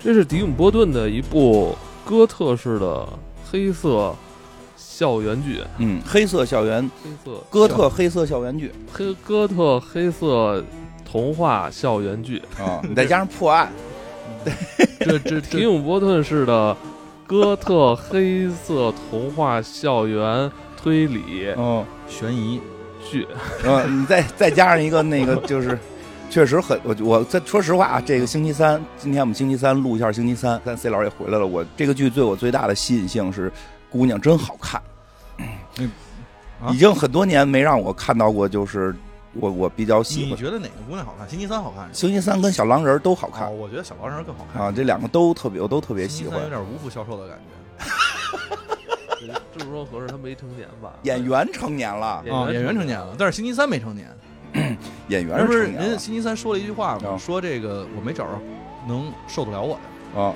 这是迪姆波顿的一部哥特式的黑色校园剧。 黑色校园，哥特黑色校园剧， 哥特黑色童话校园剧啊，你再加上破案， 这迪姆波顿式的哥特黑色童话校园推理悬疑剧， 你再加上一个那个就是。确实很，我说实话啊，这个星期三，今天我们星期三录一下星期三，但 C 老师也回来了。我这个剧对我最大的吸引性是，姑娘真好看，已经很多年没让我看到过，就是我比较喜欢。 你觉得哪个姑娘好看？星期三好看？ 星期三跟小狼人都好看。 我觉得小狼人更好看啊，这两个都特别，我都特别喜欢。 有点无福消受的感觉。这么说合适，他没成年吧？ 演员成年了， 演员成年了，但是星期三没成年。 演员不是人星期三说了一句话吗？说这个我没找着能受得了我的啊。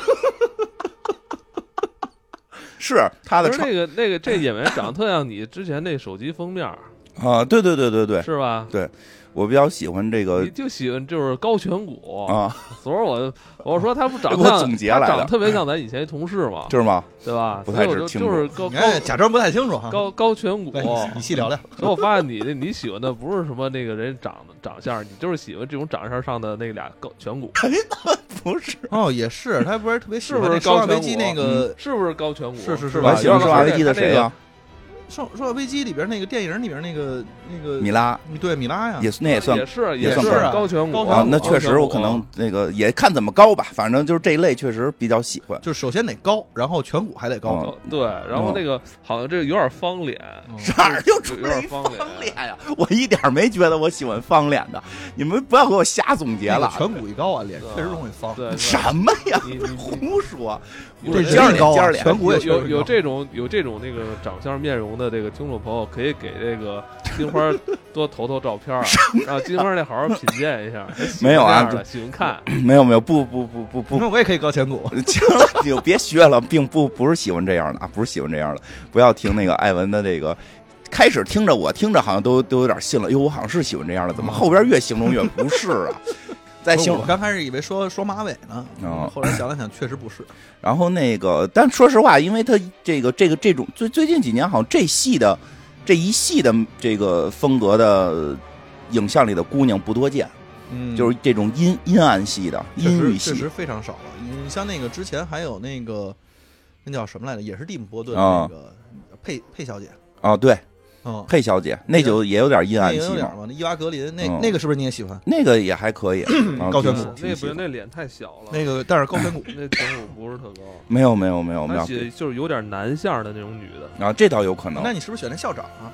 是他的这演员长得特像你之前那手机封面啊，对， 是吧？ 对。我比较喜欢这个， 你就喜欢就是高颧骨啊。 所以我说他不长得像， 总结来的， 他长得特别像咱以前一同事嘛， 是吗？ 对吧？ 不太清楚， 就是假装不太清楚哈。 高颧骨， 你细聊聊。 所以我发现你喜欢的不是什么那个人长相，你就是喜欢这种长相上的那俩颧骨。 不是也是，他不是特别喜欢是不是高危机那个？ 是不是高颧骨？ 是吧？喜欢生化危机的谁啊？ 生化危机里边那个电影里边那个米拉， 对米拉呀， 也算高颧骨啊。那确实我可能那个也看怎么高吧，反正就是这一类确实比较喜欢。 就是首先得高，然后颧骨还得高， 对，然后那个好像这个有点方脸， 哪儿就出有点方脸呀？我一点没觉得我喜欢方脸的，你们不要给我瞎总结了。 颧骨一高啊，脸确实容易方。 对， 什么呀？你胡说。 这尖高啊， 颧骨也有这种那个长相面容的这个听众朋友，可以给这个金花多投照片，让金花那好好品鉴一下。 没有啊， 喜欢看。 没有不， 那我也可以高颧骨。 行了，你就别学了，并不是喜欢这样的啊，不是喜欢这样的。不要听那个艾文的这个。开始听着好像都有点信了，我好像是喜欢这样的，怎么后边越形容越不是啊？ 我刚开始以为说马尾呢，后来想了想，确实不是。 然后那个，但说实话，因为他这种最近几年好像这一系的这个风格的影像里的姑娘不多见，就是这种阴暗系的阴郁系， 确实非常少了。你像那个之前还有那个那叫什么来着，也是蒂姆波顿那个佩小姐啊，对。佩小姐那就也有点阴暗系嘛， 那伊娃格林那个是不是你也喜欢？ 那个也还可以， 高颧骨， 那脸太小了。 那个但是高颧骨， 那颧骨不是特高。 没有， 就是有点男相的那种女的啊，这倒有可能。 那你是不是选那校长啊？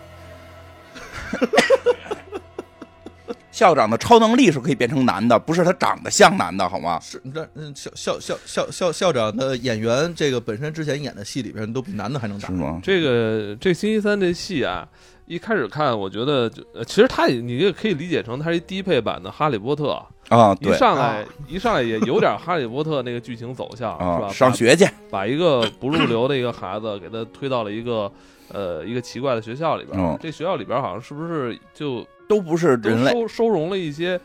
校长的超能力是可以变成男的，不是他长得像男的，好吗？ 是校长的演员，这个本身之前演的戏里边都比男的还能打， 是吗？ 这星期三这戏啊，一开始看我觉得其实你也可以理解成它是一低配版的哈利波特啊，对， 一上来也有点哈利波特那个剧情走向是吧？ 上学去， 把一个不入流的一个孩子给他推到了一个奇怪的学校里边，这学校里边好像是不是就都不是人类， 收容了一些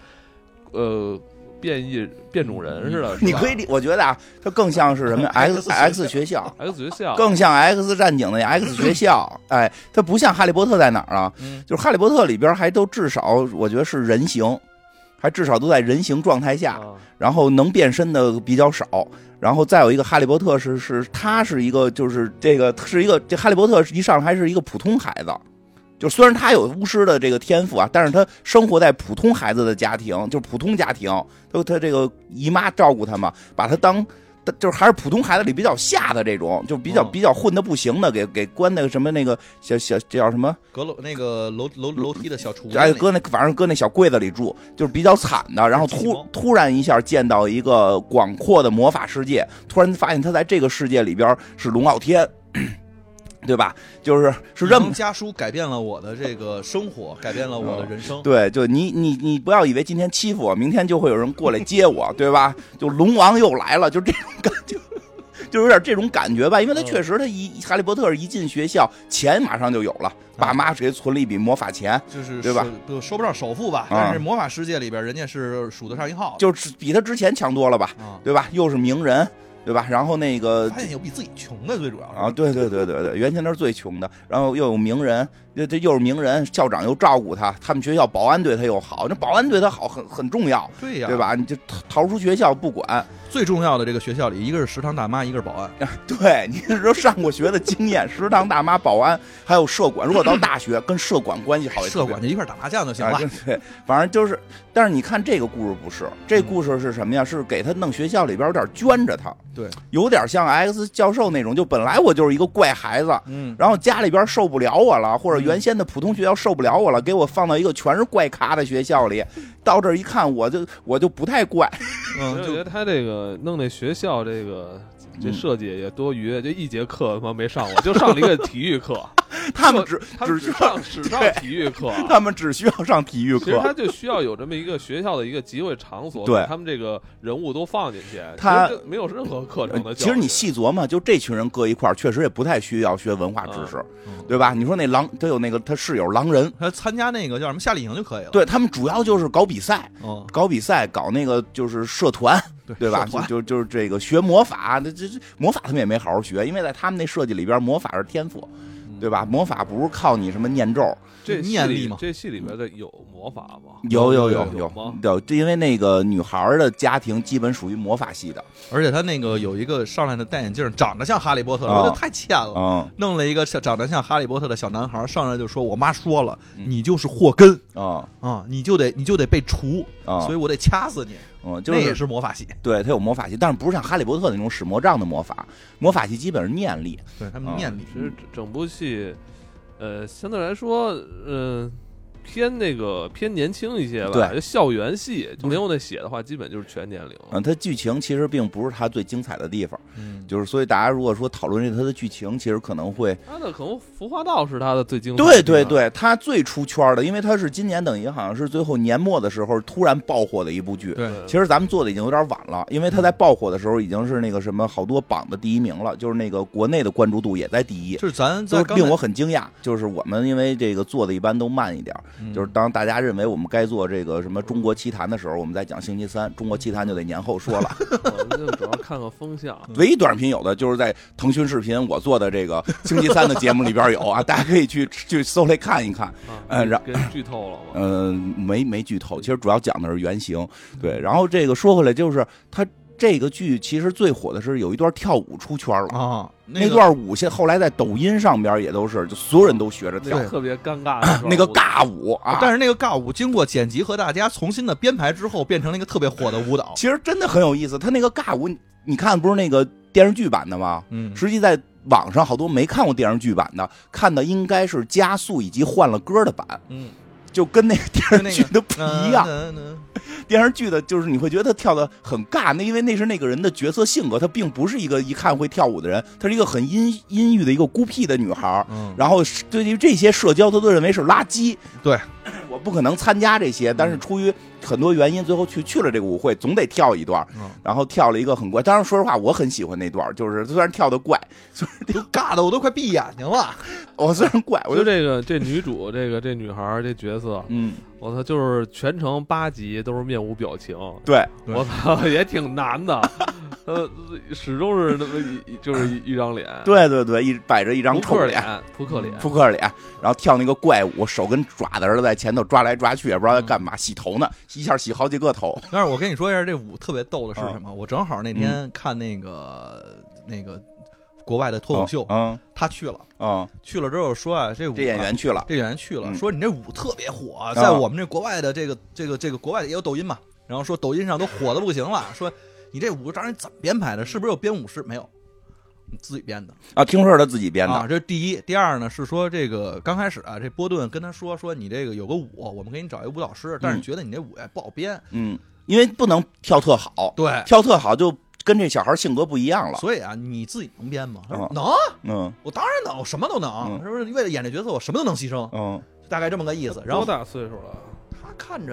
变种人似的。 你可以，我觉得啊，它更像是什么 X 学校 ，X 学校更像 X 战警的 X 学校。哎，它不像哈利波特在哪儿啊？就是哈利波特里边还都至少我觉得是人形，还至少都在人形状态下，然后能变身的比较少。然后再有一个哈利波特他是一个就是这哈利波特一上来还是一个普通孩子。就虽然他有巫师的这个天赋啊，但是他生活在普通孩子的家庭，就是普通家庭，他这个姨妈照顾他嘛，把他当就是还是普通孩子里比较下的这种，就比较混的不行的，给关那个什么那个小这叫什么阁楼那个楼梯的小厨， 哎，反正搁那小柜子里住，就是比较惨的。然后突然一下见到一个广阔的魔法世界，突然发现他在这个世界里边是龙傲天。对吧？是这么家书改变了我的这个生活，改变了我的人生。 对，就你不要以为今天欺负我，明天就会有人过来接我，对吧？就龙王又来了，就这种感觉， 就有点这种感觉吧，因为他确实他哈利波特一进学校，钱马上就有了，爸妈给存了一笔魔法钱， 就是对吧？ 说不上首富吧，但是魔法世界里边人家是数得上一号， 就是比他之前强多了吧，对吧？又是名人。对吧？然后那个发现有比自己穷的，最主要是啊，对，原先他是最穷的，然后又有名人，这又是名人，校长又照顾他，他们学校保安对他又好，那保安对他好很重要， 对呀， 对吧？你就逃出学校不管， 最重要的这个学校里，一个是食堂大妈，一个是保安。 对，你是上过学的经验，食堂大妈、保安，还有社管。如果到大学，跟社管关系好一点， 社管就一块打麻将就行了。 对，反正就是，但是你看这个故事不是，这故事是什么呀？是给他弄学校里边有点圈着他， 对， 有点像 X 教授那种，就本来我就是一个怪孩子，然后家里边受不了我了，或者原先的普通学校受不了我了，给我放到一个全是怪咖的学校里，到这儿一看，我就不太怪。 我觉得他这个弄那学校这设计也多余，就一节课他妈没上过，就上了一个体育课。 他们只上体育课， 他们只需要上体育课。 其实他就需要有这么一个学校的一个集会场所， 对， 他们这个人物都放进去， 他没有任何课程的。 其实你细琢磨，就这群人搁一块儿，确实也不太需要学文化知识，对吧？你说那狼，他有那个他室友狼人， 他参加那个叫什么夏令营就可以了。 对他们主要就是搞比赛，搞那个就是社团。对吧？就是这个学魔法，这魔法他们也没好好学，因为在他们那设计里边，魔法是天赋，对吧？魔法不是靠你什么念咒， 这念力吗？ 这戏里边的有魔法吗？ 有，因为那个女孩的家庭基本属于魔法系的， 而且他那个有一个上来的戴眼镜，长得像哈利波特，我觉得太欠了。弄了一个长得像哈利波特的小男孩，上来就说：“我妈说了，你就是祸根你就得被除所以我得掐死你。” 就是、 那也是魔法系， 对，他有魔法系，但是不是像哈利波特那种使魔杖的魔法，魔法系基本是念力， 对他们念力。 其实整部戏，相对来说，偏年轻一些吧， 对， 就校园戏，就没有那写的话，基本就是全年龄。 它剧情其实并不是它最精彩的地方，就是所以大家如果说讨论它的剧情，其实可能会它的可能服化道是它的最精彩的， 对，它最出圈的，因为它是今年等于好像是最后年末的时候突然爆火的一部剧。 对， 其实咱们做的已经有点晚了，因为它在爆火的时候已经是那个什么好多榜的第1名了，就是那个国内的关注度也在第1， 就是咱令我很惊讶，就是我们因为这个做的一般都慢一点，就是当大家认为我们该做这个什么中国奇谭的时候，我们在讲星期3，中国奇谭就得年后说了。 我就主要看看风向。 唯一短视频有的就是在腾讯视频我做的这个星期3的节目里边有啊，大家可以去搜来看一看。 给剧透了吗？ 没剧透，其实主要讲的是原型。对，然后这个说回来，就是他这个剧其实最火的是有一段跳舞出圈了啊， 那段舞后来在抖音上边也都是，就所有人都学着跳， 特别尴尬的那个尬舞啊。 但是那个尬舞经过剪辑和大家重新的编排之后，变成了一个特别火的舞蹈。 其实真的很有意思，他那个尬舞，你看不是那个电视剧版的吗？实际在网上好多没看过电视剧版的，看的应该是加速以及换了歌的版。就跟那个电视剧的不一样。电视剧的就是你会觉得他跳的很尬，那因为那是那个人的角色性格，他并不是一个一看会跳舞的人，他是一个很阴郁的一个孤僻的女孩。然后对于这些社交，他都认为是垃圾。 对， 我不可能参加这些，但是出于很多原因，最后去了这个舞会，总得跳一段。然后跳了一个很怪，当然说实话，我很喜欢那段，就是虽然跳的怪， 都尬的我都快闭眼睛了。 我虽然怪，我就这女主这女孩这角色，我操，就是全程8集都是面无表情。 对， 我操，也挺难的。始终是那么就是一张脸。 对，摆着一张臭脸， 扑克脸， 然后跳那个怪舞，手跟爪子似的在前头抓来抓去，也不知道在干嘛，洗头呢，一下洗好几个头。 但是我跟你说一下，这舞特别逗的是什么？我正好那天看那个国外的脱口秀，他去了，去了之后说啊，这演员去了， 说你这舞特别火，在我们这国外的这个国外的也有抖音嘛，然后说抖音上都火的不行了，说你这舞让人怎么编排的？是不是有编舞师？没有，你自己编的啊？听说是他自己编的啊。这是第一，第二呢是说这个刚开始啊，这波顿跟他说你这个有个舞，我们给你找一个舞蹈师，但是觉得你这舞也不好编， 因为不能跳特好， 对， 跳特好就跟这小孩性格不一样了。 所以啊，你自己能编吗？他说能， 我当然能，我什么都能，是不是？为了演这角色，我什么都能牺牲，大概这么个意思。然后多大岁数了？ 他看着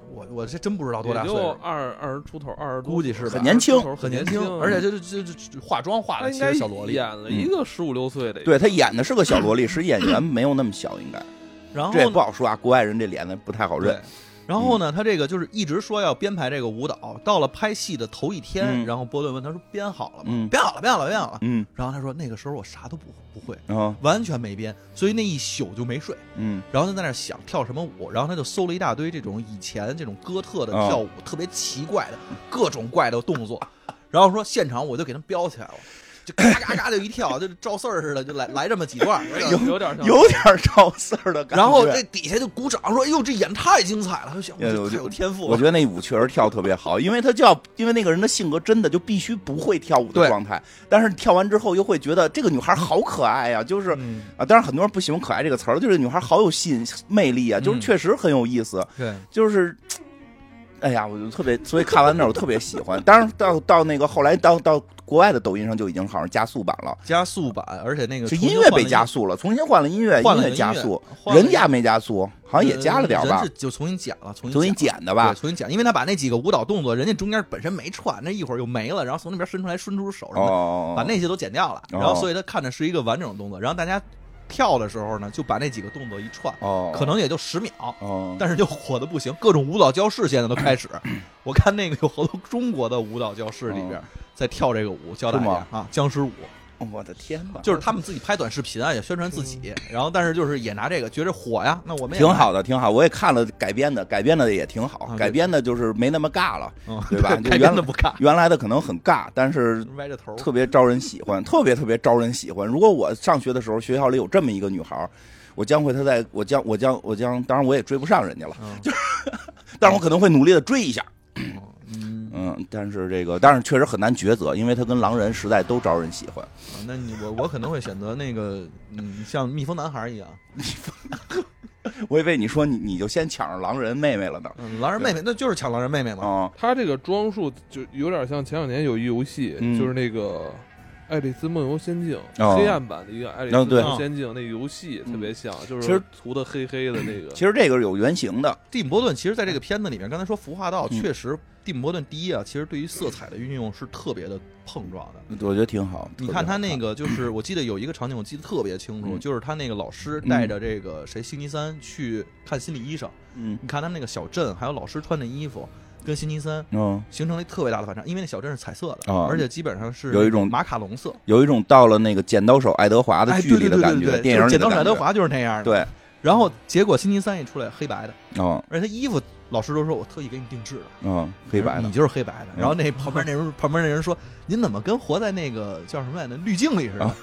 我这真不知道多大岁数， 就二十出头，20多， 估计是很年轻， 很年轻，而且这化妆化的其实小萝莉， 演了一个15、16岁的， 对他演的是个小萝莉，实际演员没有那么小，应该。 然后这也不好说啊，国外人这脸呢不太好认。 然后呢，他这个就是一直说要编排这个舞蹈，到了拍戏的头一天，然后波顿问他说：“编好了吗？”“编好了，编好了，编好了。”然后他说：“那个时候我啥都不会，完全没编，所以那一宿就没睡。”然后他在那想跳什么舞，然后他就搜了一大堆这种以前这种哥特的跳舞，特别奇怪的各种怪的动作，然后说现场我就给他标起来了。就嘎嘎嘎就一跳，就赵四儿似的，就来这么几段， 有点赵四儿的感觉。 然后这底下就鼓掌说：“哎呦，这演太精彩了！”他想，太有天赋。 我觉得那舞确实跳特别好，因为那个人的性格真的就必须不会跳舞的状态，但是跳完之后又会觉得这个女孩好可爱呀，就是啊，当然很多人不喜欢可爱这个词儿，就是女孩好有吸引魅力啊，就是确实很有意思。 对， 就是。哎呀，我就特别，所以看完那我特别喜欢。当然到那个后来到国外的抖音上就已经好像加速版了， 加速版，而且那个是音乐被加速了，重新换了音乐加速，人家没加速，好像也加了点吧， 就重新剪了， 重新剪的吧， 重新剪，因为他把那几个舞蹈动作，人家中间本身没串，那一会儿又没了，然后从那边伸出手什么，把那些都剪掉了，然后所以他看着是一个完整的动作，然后大家。跳的时候呢，就把那几个动作一串，可能也就10秒，但是就火的不行，各种舞蹈教室现在都开始。我看那个有好多中国的舞蹈教室里边在跳这个舞，教大家啊，僵尸舞。 我的天哪！ 就是他们自己拍短视频啊，也宣传自己，然后但是就是也拿这个觉着火呀，那我们挺好的，挺好。我也看了改编的也挺好，改编的就是没那么尬了，对吧？ 改编的不尬， 原来的可能很尬，但是歪着头， 特别招人喜欢，特别招人喜欢。如果我上学的时候学校里有这么一个女孩，我将会当然我也追不上人家了，就是但是我可能会努力的追一下。但是确实很难抉择，因为他跟狼人实在都招人喜欢。 那我可能会选择那个，像蜜蜂男孩一样。 我以为你说你就先抢着狼人妹妹了呢。 狼人妹妹那就是抢狼人妹妹嘛。 他这个装束就有点像前2年有一游戏，就是那个。爱丽丝梦游仙境黑暗版的一个爱丽丝梦游仙境，那游戏特别像，就是涂的黑黑的那个。 其实这个有原型的。 蒂姆·波顿其实在这个片子里面，刚才说服化道，确实蒂姆·波顿第一啊，其实对于色彩的运用是特别的碰撞的， 我觉得挺好。 你看他那个，就是我记得有一个场景，我记得特别清楚，就是他那个老师带着这个星期三去看心理医生，你看他们那个小镇，还有老师穿的衣服。跟星期三形成了特别大的反差，因为那小镇是彩色的，而且基本上是有一种马卡龙色， 有一种到了那个剪刀手爱德华的剧里的感觉，电影里的剪刀手爱德华就是那样的。 对， 然后结果星期三一出来黑白的，而且他衣服老师都说我特意给你定制的， 黑白的， 你就是黑白的。然后那旁边那人说，您怎么跟活在那个叫什么来着滤镜里似的？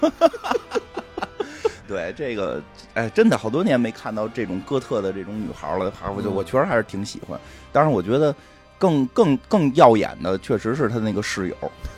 对这个，真的好多年没看到这种哥特的这种女孩了，我确实还是挺喜欢。当然，我觉得。更耀眼的确实是他那个室友，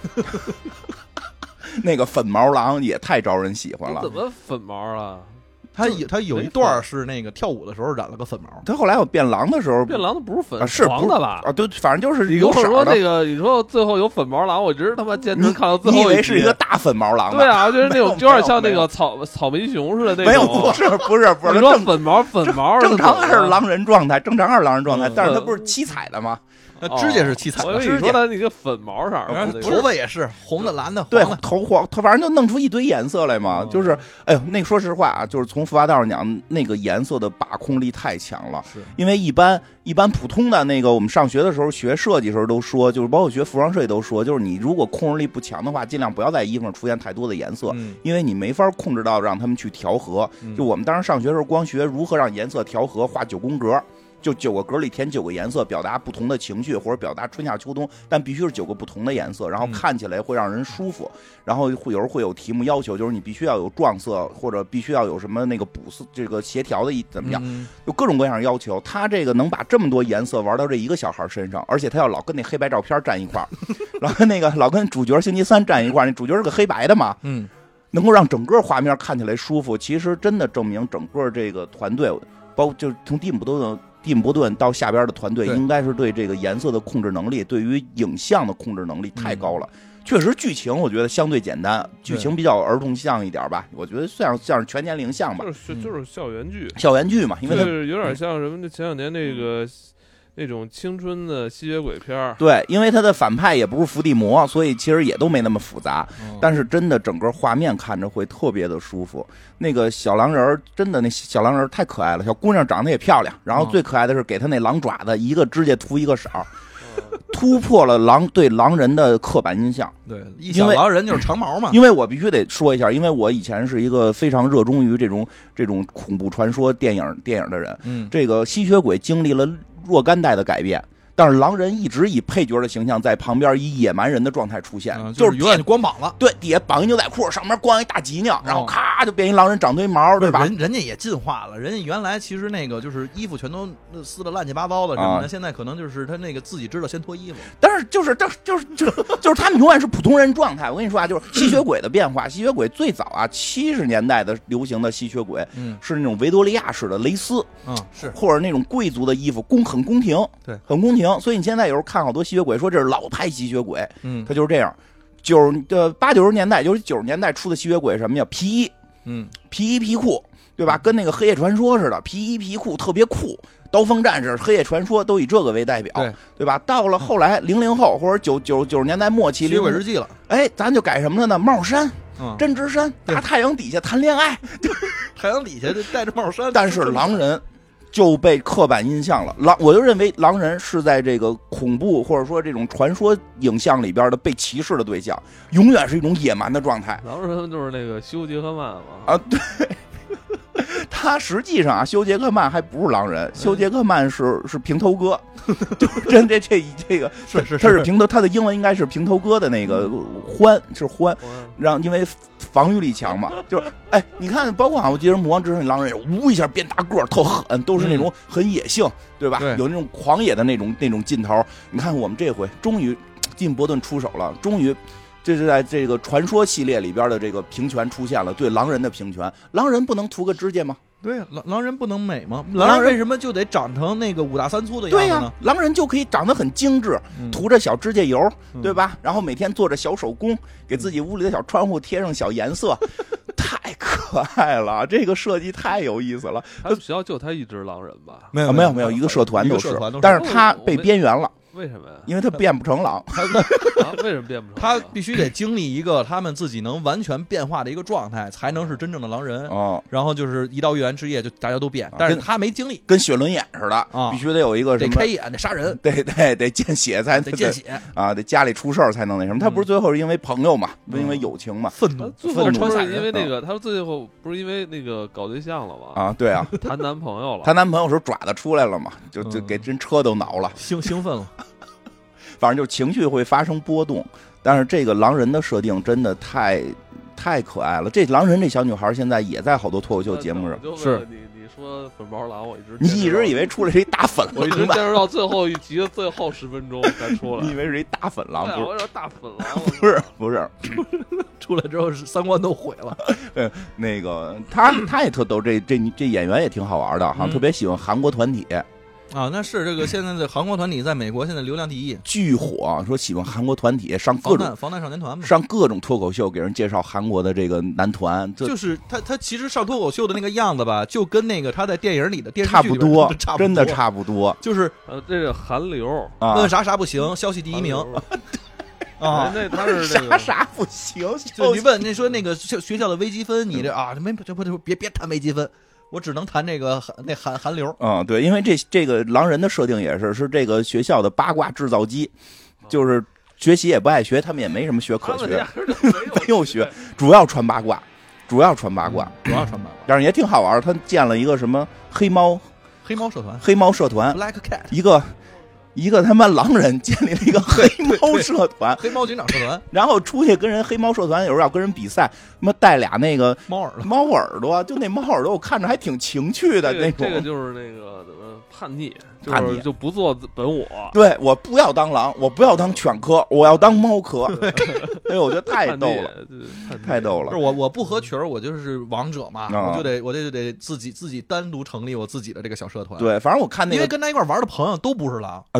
那个粉毛狼也太招人喜欢了。 怎么粉毛了？ 他有一段是那个跳舞的时候染了个粉毛。 他后来有变狼的时候， 变狼的不是粉是黄的吧？ 对，反正就是有说那个，你说最后有粉毛狼，我一直他妈坚持看到最后。 你以为是一个大粉毛狼？ 对啊，就是那种有点像那个草莓熊似的那种。 没有，不是。 你说粉毛， 正常是狼人状态，但是他不是七彩的吗？ 指甲是七彩的， 你说他那个粉毛色， 头发也是红的、蓝的、 对， 黄的， 头黄，他反正就弄出一堆颜色来嘛。就是，哎呦，那个说实话啊，就是从服化道上讲，那个颜色的把控力太强了。 是因为一般普通的那个，我们上学的时候学设计的时候都说，就是包括学服装设计都说，就是你如果控制力不强的话，尽量不要在衣服上出现太多的颜色，因为你没法控制到让他们去调和。就我们当时上学的时候，光学如何让颜色调和，画9宫格。就9个格里填9个颜色，表达不同的情绪或者表达春夏秋冬，但必须是9个不同的颜色，然后看起来会让人舒服。然后有时候会有题目要求，就是你必须要有撞色，或者必须要有什么那个补色，这个协调的怎么样，有各种各样的要求。他这个能把这么多颜色玩到这一个小孩身上，而且他要老跟那黑白照片站一块儿，老跟主角星期三站一块儿，那主角是个黑白的嘛，能够让整个画面看起来舒服，其实真的证明整个这个团队，包括就是从蒂姆·波顿到下边的团队，应该是对这个颜色的控制能力，对于影像的控制能力太高了。确实，剧情我觉得相对简单，剧情比较儿童向一点吧。我觉得像是全年龄向吧， 就是校园剧， 嘛，因为就是有点像什么？前2年那种青春的吸血鬼片儿。 对，因为他的反派也不是伏地魔，所以其实也都没那么复杂。但是真的整个画面看着会特别的舒服。那个小狼人真的那小狼人太可爱了，小姑娘长得也漂亮。然后最可爱的是给他那狼爪子一个指甲涂一个色。突破了对狼人的刻板印象。 对，一想狼人就是长毛嘛。 因为我必须得说一下，因为我以前是一个非常热衷于这种恐怖传说电影的人。这个吸血鬼经历了若干代的改变。但是狼人一直以配角的形象在旁边以野蛮人的状态出现， 就是永远就光膀了。 对，底下绑一牛仔裤，上面光一大脊梁，然后咔就变一狼人，长堆毛，对吧？ 人家也进化了，人家原来其实那个就是衣服全都撕的乱七八糟的什么的，现在可能就是他那个自己知道先脱衣服。 但是就是他们永远是普通人状态。我跟你说啊，就是吸血鬼的变化，吸血鬼最早啊70年代的流行的吸血鬼，是那种维多利亚式的蕾丝， 是或者那种贵族的衣服，很宫廷， 对， 很宫廷。所以你现在有时候看好多吸血鬼，说这是老派吸血鬼，他就是这样。80、90年代，尤其90年代出的吸血鬼什么呀？皮衣，皮衣皮裤，对吧？跟那个黑夜传说似的，皮衣皮裤特别酷。刀锋战士、黑夜传说都以这个为代表，对吧？到了后来00后或者90年代末期， 吸血鬼日记了， 哎，咱就改什么了呢？帽衫。针织衫，大太阳底下谈恋爱， 太阳底下戴着帽衫。 但是狼人就被刻板印象了。我就认为狼人是在这个恐怖或者说这种传说影像里边的被歧视的对象，永远是一种野蛮的状态。 狼人就是那个休·杰克曼嘛。 啊，对。他实际上啊，休·杰克曼还不是狼人，休·杰克曼是平头哥，就是真这个是他是平头，他的英文应该是平头哥的那个欢，让因为防御力强嘛，就是哎，你看，包括我记得《魔王之神》狼人，呜一下变大个儿，特狠，都是那种很野性，对吧？有那种狂野的那种劲头。你看我们这回终于金伯顿出手了，终于。这是在这个传说系列里边的这个平权出现了，对狼人的平权。狼人不能涂个指甲吗？ 对呀，狼人不能美吗？狼人为什么就得长成那个5大3粗的样子呢？ 对呀，狼人就可以长得很精致，涂着小指甲油，对吧？然后每天做着小手工，给自己屋里的小窗户贴上小颜色，太可爱了！这个设计太有意思了。 他们学校就他一只狼人吧？ 没有，一个社团都是，但是他被边缘了。 为什么呀？ 因为他变不成狼。 为什么变不成？ 他必须得经历一个他们自己能完全变化的一个状态，才能是真正的狼人。然后就是一到月圆之夜，就大家都变，但是他没经历， 跟血轮眼似的啊，必须得有一个什么得开眼，得杀人， 得见血才得见血啊，得家里出事儿才能那什么。他不是最后是因为朋友嘛，因为友情嘛， 愤怒， 因为那个他最后不是因为那个搞对象了吗？ 啊，对啊， 谈男朋友了， 谈男朋友时候爪子出来了嘛，就给人车都挠了， 兴奋了。 反正就情绪会发生波动，但是这个狼人的设定真的太可爱了。这狼人这小女孩现在也在好多脱口秀节目上。 是你说粉包狼， 你一直以为出来是一大粉狼， 我一直坚持到最后一集的最后10分钟才出来。 你以为是一大粉狼？ 我说大粉狼， 不是， 出来之后三观都毁了。 那个他也特逗，这演员也挺好玩的，好像特别喜欢韩国团体。 啊，那是这个现在的韩国团体在美国现在流量第一， 巨火。说喜欢韩国团体，上各种防弹少年团嘛， 上各种脱口秀给人介绍韩国的这个男团。 就是他其实上脱口秀的那个样子吧，就跟那个他在电影里的电视剧差不多，真的差不多。 就是这个韩流啊， 问啥不行，消息第一名。 啊，那他是啥不行？ 就你问那说那个学校的微积分，你这啊别谈微积分。我只能谈这个韩流。 对，因为这个狼人的设定也是这个学校的八卦制造机，就是学习也不爱学，他们也没什么学可学，没有学，主要传八卦。但是也挺好玩，他建了一个什么黑猫社团 Black Cat， 一个他妈狼人建立了一个黑猫社团， 黑猫警长社团， 然后出去跟人黑猫社团有时候要跟人比赛，他妈带俩那个猫耳朵，就那猫耳朵我看着还挺情趣的那种。 这个就是那个怎么叛逆，就不做本我。 对，我不要当狼，我不要当犬科，我要当猫科。哎呦，我觉得太逗了，太逗了。 我不合群，我就是王者嘛，我就得自己单独成立我自己的这个小社团。 对，反正我看那个， 因为跟他一块玩的朋友都不是狼啊。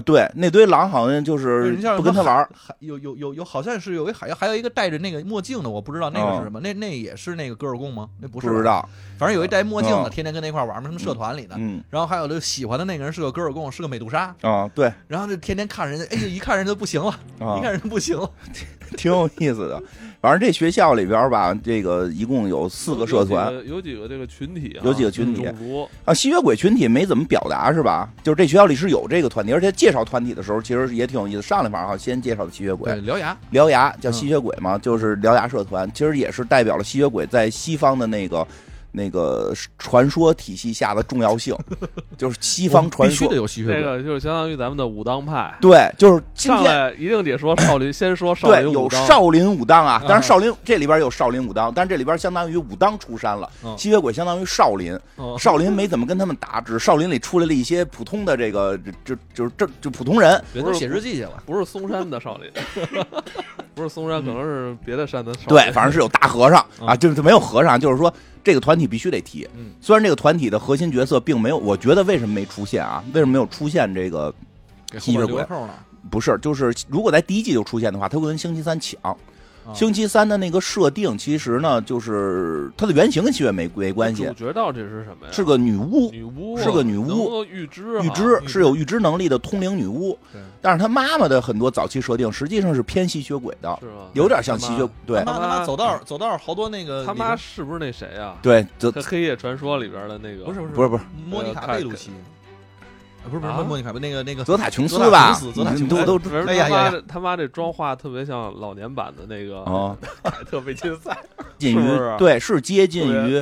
对，那堆狼好像就是不跟他玩。 有，好像是还有一个戴着那个墨镜的，我不知道那个是什么，那也是那个戈尔贡吗？那不是， 不知道。 反正有一戴墨镜的，天天跟那块玩嘛，什么社团里的。然后还有就喜欢的那个人是个戈尔贡，是个美杜莎啊，对。 然后就天天看人家，哎呀，一看人就不行了，一看人就不行了， 挺有意思的。反正这学校里边吧，这个一共有4个社团， 有几个这个群体， 有几个群体啊。 吸血鬼群体没怎么表达是吧？就是这学校里是有这个团体，而且介绍团体的时候其实也挺有意思。上来反正先介绍的吸血鬼，獠牙叫吸血鬼嘛，就是獠牙社团，其实也是代表了吸血鬼在西方的那个传说体系下的重要性，就是西方传说必须得有吸血鬼， 这个就是相当于咱们的武当派。 对，就是上来一定得说少林，先说少林武当。 对，有少林武当啊，当然少林这里边有少林武当，但是这里边相当于武当出山了，吸血鬼相当于少林，少林没怎么跟他们打，只是少林里出来了一些普通的这个就普通人， 别都写日记去了， 不是嵩山的少林。不是嵩山，可能是别的山的少林。 对，反正是有大和尚啊，就没有和尚，就是说这个团体必须得提。虽然这个团体的核心角色并没有，我觉得为什么没出现啊？为什么没有出现这个吸血鬼？不是，就是如果在第1季就出现的话，他会跟星期3抢。星期3的那个设定，其实呢，就是它的原型跟吸血没关系。 主角到底是什么呀？ 是个女巫，是个女巫， 预知是有预知能力的通灵女巫。但是她妈妈的很多早期设定实际上是偏吸血鬼的， 是吗？ 有点像吸血。对， 他妈走道好多那个。 他妈是不是那谁啊？ 对， 黑夜传说里边的那个。 不是莫妮卡贝鲁奇。不是莫妮卡，那个泽塔琼斯吧？都哎呀， 他妈这妆化特别像老年版的那个凯特维金赛， 近于对，是接近于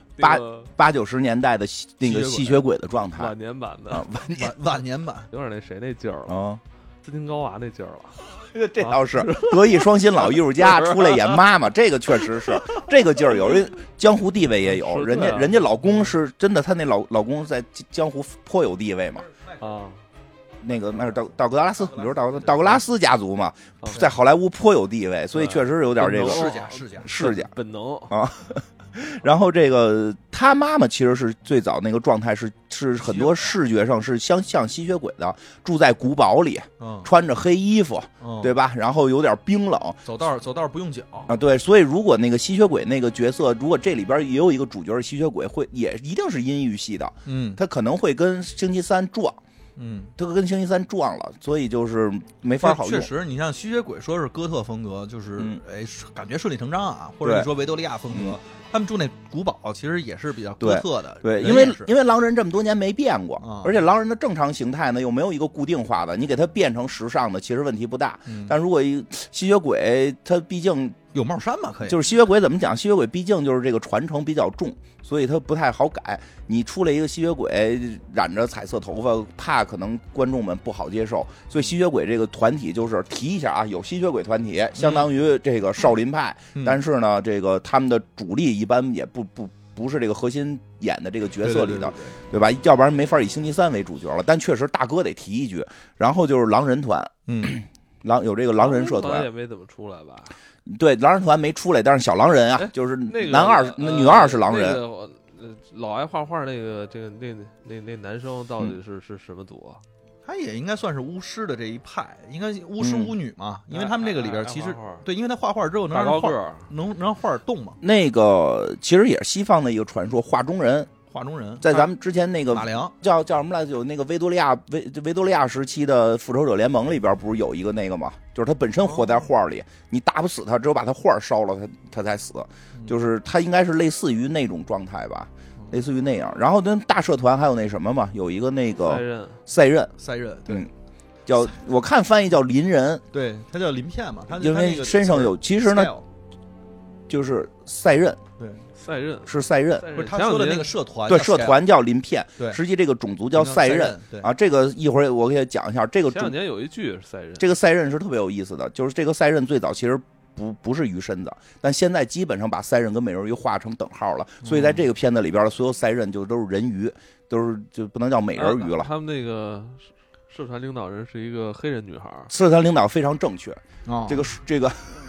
80、90年代的那个吸血鬼的状态， 晚年版的晚年版， 有点那谁那劲儿了啊，斯汀高娃那劲儿了。 这倒是德艺双馨老艺术家出来演妈妈，这个确实是这个劲儿有，人江湖地位也有，人家老公是真的，他那老公在江湖颇有地位嘛。那是道格拉斯，比如道格拉斯家族嘛，在好莱坞颇有地位，所以确实有点这个世家本能啊。然后这个他妈妈其实是最早那个状态是很多视觉上是像吸血鬼的，住在古堡里，穿着黑衣服，对吧？然后有点冰冷， 走道不用脚啊。对，所以如果那个吸血鬼那个角色，如果这里边也有一个主角是吸血鬼，也一定是阴郁系的，他可能会跟星期3撞。他跟星期3撞了，所以就是没法好用。 确实，你像吸血鬼说是哥特风格，就是感觉顺理成章啊。或者你说维多利亚风格，他们住那古堡其实也是比较哥特的。 对，因为狼人这么多年没变过，而且狼人的正常形态呢又没有一个固定化的，你给它变成时尚的，其实问题不大。但如果吸血鬼，它毕竟有帽衫嘛，可以。 就是吸血鬼怎么讲？吸血鬼毕竟就是这个传承比较重，所以它不太好改。你出来一个吸血鬼染着彩色头发，怕可能观众们不好接受，所以吸血鬼这个团体就是提一下啊，有吸血鬼团体，相当于这个少林派，但是呢，这个他们的主力一般也不是这个核心演的这个角色里的，对吧？要不然没法以星期3为主角了。但确实大哥得提一句，然后就是狼人团，有这个狼人社团也没怎么出来吧？ 对，狼人团没出来，但是小狼人啊，就是女二是狼人。 老爱画画那男生到底是什么组啊？ 他也应该算是巫师的这一派，应该巫师巫女嘛，因为他们这个里边其实对，因为他画画之后能让画能让画动嘛。 那个其实也是西方的一个传说，画中人。在咱们之前那个马良叫什么来着？有那个维多利亚时期的复仇者联盟里边不是有一个那个吗？就是他本身活在画里，你打不死他，只有把他画烧了他才死。就是他应该是类似于那种状态吧，类似于那样。然后跟大社团还有那什么嘛，有一个那个赛壬， 对， 叫我看翻译叫鳞人， 对，他叫鳞片嘛，他因为身上有，其实呢就是赛壬， 对。 赛壬是赛壬， 不是他说的那个社团， 对，社团叫鳞片， 对， 实际这个种族叫赛壬啊。这个一会儿我给他讲一下。这个前2年有一剧是赛壬， 这个赛壬是特别有意思的，就是这个赛壬最早其实不是鱼身子，但现在基本上把赛壬跟美人鱼画成等号了，所以在这个片子里边的所有赛壬就都是人鱼，就不能叫美人鱼了。 他们那个社团领导人是一个黑人女孩， 社团领导非常正确，这个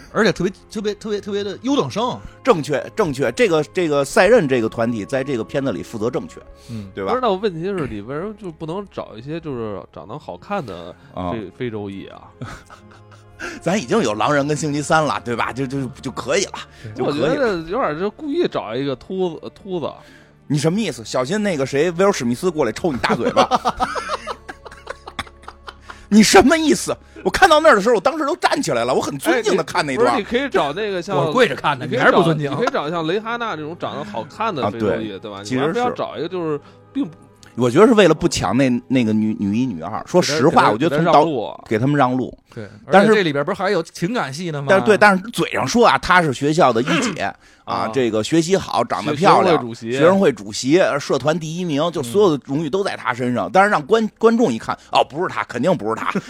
而且特别的优等生， 正确。这个赛任这个团体在这个片子里负责正确，对吧？ 不是，那问题是你为什么就不能找一些就是长得好看的非洲裔啊？ 咱已经有狼人跟星期三了，对吧？就可以了。 我觉得有点就故意找一个秃子。 你什么意思？小心那个谁威尔史密斯过来抽你大嘴巴。你什么意思？我看到那儿的时候，我当时都站起来了，我很尊敬的看那段。 不是，你可以找那个像我跪着看的，你还是不尊敬。 你可以找像雷哈娜这种长得好看的非洲裔，对吧？ 其实不要找一个就是并不。 我觉得是为了不抢那个女一女二。说实话，我觉得从导给他们让路。 对， 但是这里边不是还有情感戏呢吗？ 但是嘴上说啊，她是学校的一姐啊，这个学习好，长得漂亮，学生会主席，社团第1名，就所有的荣誉都在她身上。但是让观众一看，哦，不是她，肯定不是她。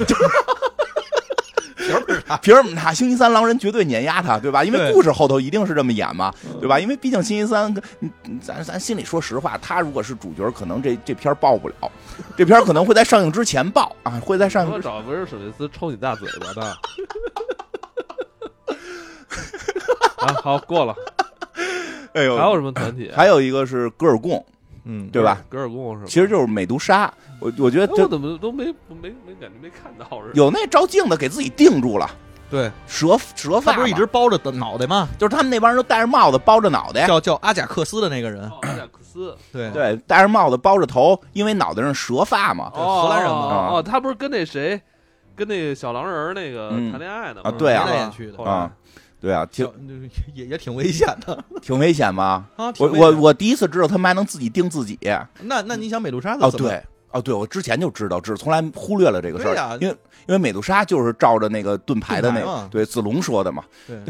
凭什么他？星期三狼人绝对碾压他，对吧？因为故事后头一定是这么演嘛，对吧？因为毕竟星期三，咱心里说实话，他如果是主角，可能这片爆不了，这片可能会在上映之前爆啊，会在上映。 我找威尔史密斯抽你大嘴巴的。啊，好过了。 哎呦， 还有什么团体？ 还有一个是戈尔贡。对吧？ 戈尔贡是吧？ 其实就是美杜莎。我觉得我怎么都没感觉没看到似的。 有那照镜子给自己定住了。 对， 蛇发不是一直包着脑袋吗？ 就是他们那帮人都戴着帽子包着脑袋。 叫阿贾克斯的那个人。 阿贾克斯。 对， 戴着帽子包着头，因为脑袋上蛇发嘛。 荷兰人嘛。 哦，他不是跟那谁，跟那个小狼人那个谈恋爱呢吗？ 对啊， 演来演去的啊。对啊， 也挺危险的， 挺危险吗？ 啊， 我第一次知道他们还能自己盯自己。 那你想美杜莎的？ 对，我之前就知道，只是从来忽略了这个事儿。因为美杜莎就是照着那个盾牌的那个，对子龙说的嘛。 对。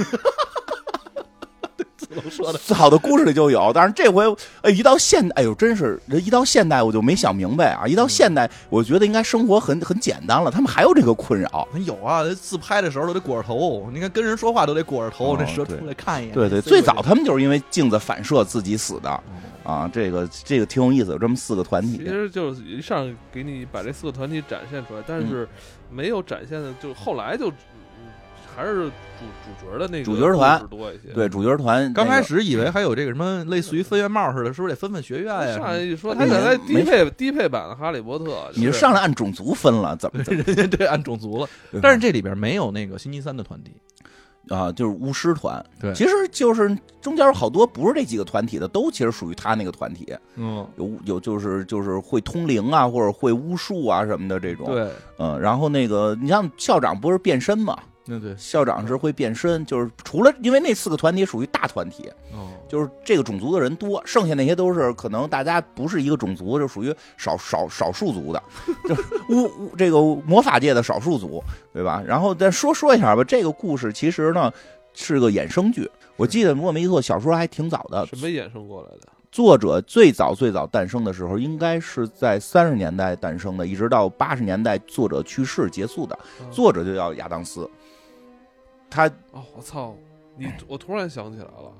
子龙说的， 好的故事里就有，但是这回一到现代，哎呦，真是一到现代我就没想明白啊！一到现代，我觉得应该生活很简单了，他们还有这个困扰。 有啊，自拍的时候都得裹着头，你看跟人说话都得裹着头，这蛇出来看一眼。 对，最早他们就是因为镜子反射自己死的啊，这个挺有意思，有这么4个团体。 其实就是一上给你把这4个团体展现出来，但是没有展现的，就后来就。还是主角的那个主角团多一些。 对，主角团刚开始以为还有这个什么类似于分院帽似的，是不是得分学院呀？ 上来一说他在低配版的哈利波特， 你是上来按种族分了，怎么人家对按种族了？但是这里边没有那个星期三的团体啊，就是巫师团。 对， 其实就是中间有好多不是这几个团体的，都其实属于他那个团体。有就是会通灵啊，或者会巫术啊什么的这种。 对， 然后那个你像校长不是变身嘛？ 对， 校长是会变身，就是除了因为那4个团体属于大团体，就是这个种族的人多，剩下那些都是可能大家不是一个种族，就属于少数族的，就是这个魔法界的少数族，对吧？然后再说一下吧，这个故事其实呢是个衍生剧，我记得如果没错，小说还挺早的。 什么衍生过来的？ 作者最早诞生的时候，应该是在30年代诞生的，一直到80年代作者去世结束的。作者就叫亚当斯。他我操！我突然想起来了，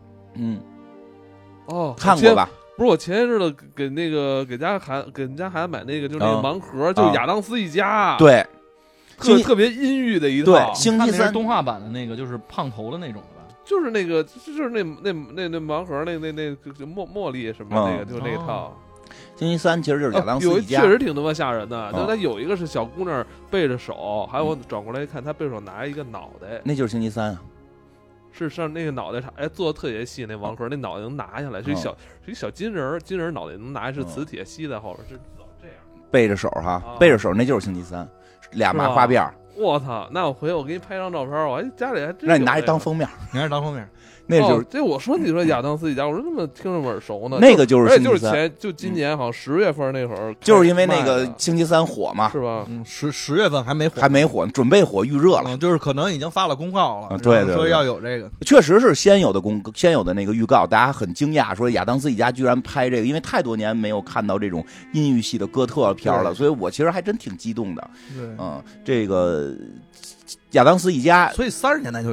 看过吧？ 不是，我前些日子给人家孩子买那个，就是那个盲盒，就亚当斯一家， 对， 特别阴郁的一套。 对，星期三动画版的那个就是胖头的那种的吧？ 就是那个，就是那盲盒，那茉莉什么那个，就是那套。 星期三其实就是亚当斯一家， 确实挺他妈吓人的。但他有一个是小姑娘背着手，还有我转过来一看，他背手拿一个脑袋， 那就是星期三。 是上那个脑袋上，做的特别细，那盲盒那脑袋能拿下来，是一小金人脑袋能拿，是磁铁吸在后边，是这样背着手哈，背着手那就是星期三，2麻花辫。 我操！那我回去我给你拍张照片，我家里还真让你拿一当封面，那就是这我说你说亚当斯一家，我说那么听着耳熟呢。 那个就是星期三，就今年好像10月份那会儿， 就是因为那个星期三火嘛， 是吧 ？10月份还没火，准备火预热了， 就是可能已经发了公告了。 对， 说要有这个， 确实是先有的那个预告，大家很惊讶，说亚当斯一家居然拍这个，因为太多年没有看到这种阴郁系的哥特片了，所以我其实还真挺激动的。 对， 这个亚当斯一家， 所以30年代就有了。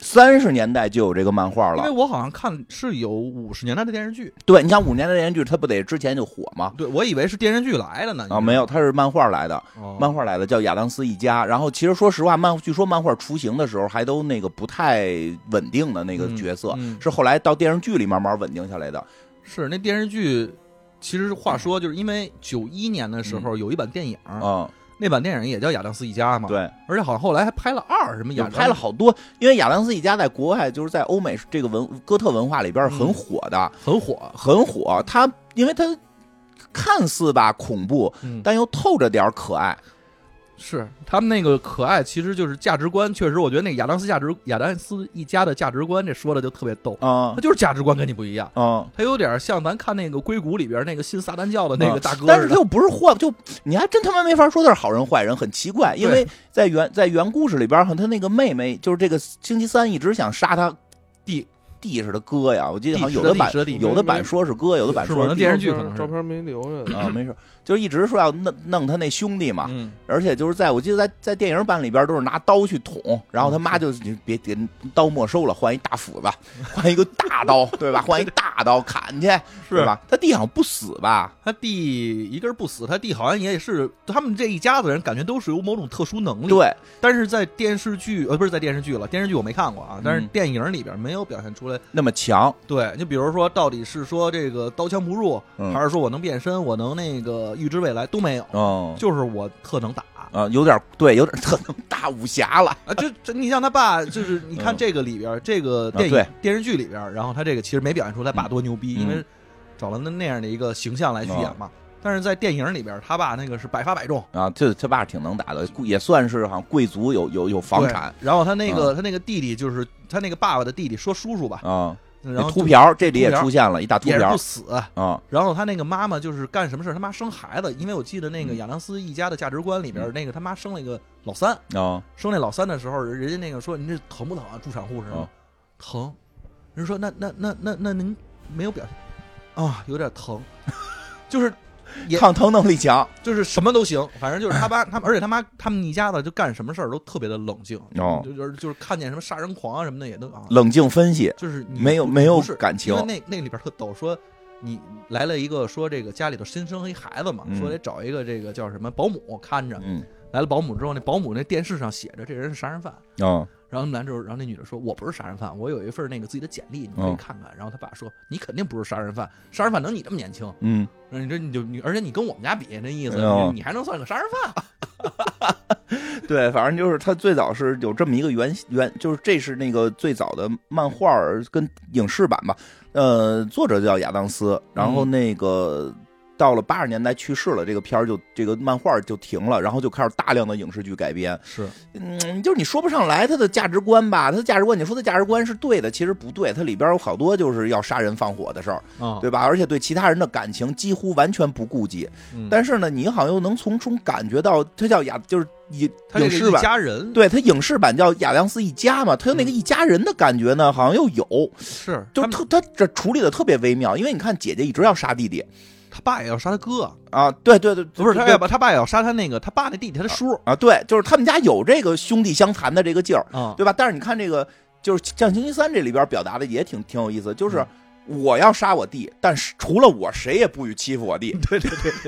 30年代就有这个漫画了。 因为我好像看是有50年代的电视剧。 对，你想50年代的电视剧，它不得之前就火吗？ 对，我以为是电视剧来的呢。 没有，它是漫画来的，漫画来的叫亚当斯一家。然后其实说实话，据说漫画雏形的时候还都那个不太稳定的那个角色，是后来到电视剧里慢慢稳定下来的。 是那电视剧，其实话说就是因为91年的时候有一版电影那版电影也叫亚当斯一家嘛， 对， 而且好像后来还拍了什么拍了好多，因为亚当斯一家在国外就是在欧美这个哥特文化里边很火的， 很火。 他因为他看似吧恐怖，但又透着点可爱。 是他们那个可爱，其实就是价值观。确实，我觉得那个亚当斯一家的价值观，这说的就特别逗他就是价值观跟你不一样他有点像咱看那个硅谷里边那个信撒旦教的那个大哥但是他又不是就你还真他妈没法说他是好人坏人，很奇怪。因为在原故事里边，他那个妹妹就是这个星期三一直想杀他弟是他哥呀，我记得好像有的版说是哥，有的版说是电视剧可能照片没留着没事，就是一直说要弄他那兄弟嘛，而且就是我记得在电影版里边都是拿刀去捅，然后他妈就你别给刀没收了，换一大斧子，换一个大刀，对吧？换一大刀砍去，是吧？他弟好像不死吧？ 他弟一个是不死，他弟好像也是他们这一家子人感觉都是有某种特殊能力， 对。 但是在电视剧不是在电视剧了，电视剧我没看过啊，但是电影里边没有表现出来那么强。 对，就比如说到底是说这个刀枪不入，还是说我能变身，我能那个预知未来，都没有，就是我特能打有点特能打武侠了啊！这你像他爸，就是你看这个里边这个电视剧里边，然后他这个其实没表现出他爸多牛逼，因为找了那样的一个形象来去演嘛。但是在电影里边，他爸那个是百发百中啊，这他爸挺能打的，也算是好像贵族有房产。 然后他那个弟弟就是他那个爸爸的弟弟，说叔叔吧然后秃瓢这里也出现了一大秃瓢， 也不死然后他那个妈妈就是干什么事他妈生孩子，因为我记得那个亚当斯一家的价值观里边，那个他妈生了一个老三生那老三的时候，人家那个说你这疼不疼啊？助产护士疼，人说那您没有表现有点疼，就是抗疼能力强， 就是什么都行，反正就是他爸而且他们一家子就干什么事儿都特别的冷静就是看见什么杀人狂什么的也都冷静分析， 就是没有感情。 因为那里边特逗，说你来了一个说这个家里头新生一孩子嘛，说得找一个这个叫什么保姆看着，来了保姆之后，那保姆那电视上写着这人是杀人犯然后来之后，然后那女的说：“我不是杀人犯，我有一份那个自己的简历，你可以看看。”然后他爸说：“你肯定不是杀人犯，杀人犯能你这么年轻？而且你跟我们家比，那意思你还能算个杀人犯？” 对，反正就是他最早是有这么一个就是这是那个最早的漫画跟影视版吧。作者叫亚当斯，然后那个。到了80年代去世了，这个片儿这个漫画就停了，然后就开始大量的影视剧改编。 是， 就是你说不上来他的价值观吧，他的价值观，你说他价值观是对的，其实不对，他里边有好多就是要杀人放火的事儿，对吧？而且对其他人的感情几乎完全不顾及。但是呢，你好像又能从中感觉到，他叫就是影视版一家人， 对他影视版叫亚当斯一家嘛，他有那个一家人的感觉呢，好像又有， 是， 就他这处理的特别微妙，因为你看姐姐一直要杀弟弟。 他爸也要杀他哥对， 不是他爸也要杀他那个他爸那弟弟他的叔对，就是他们家有这个兄弟相残的这个劲儿对吧？但是你看这个，就是像星期三这里边表达的也挺有意思，就是我要杀我弟，但是除了我谁也不许欺负我弟。 对，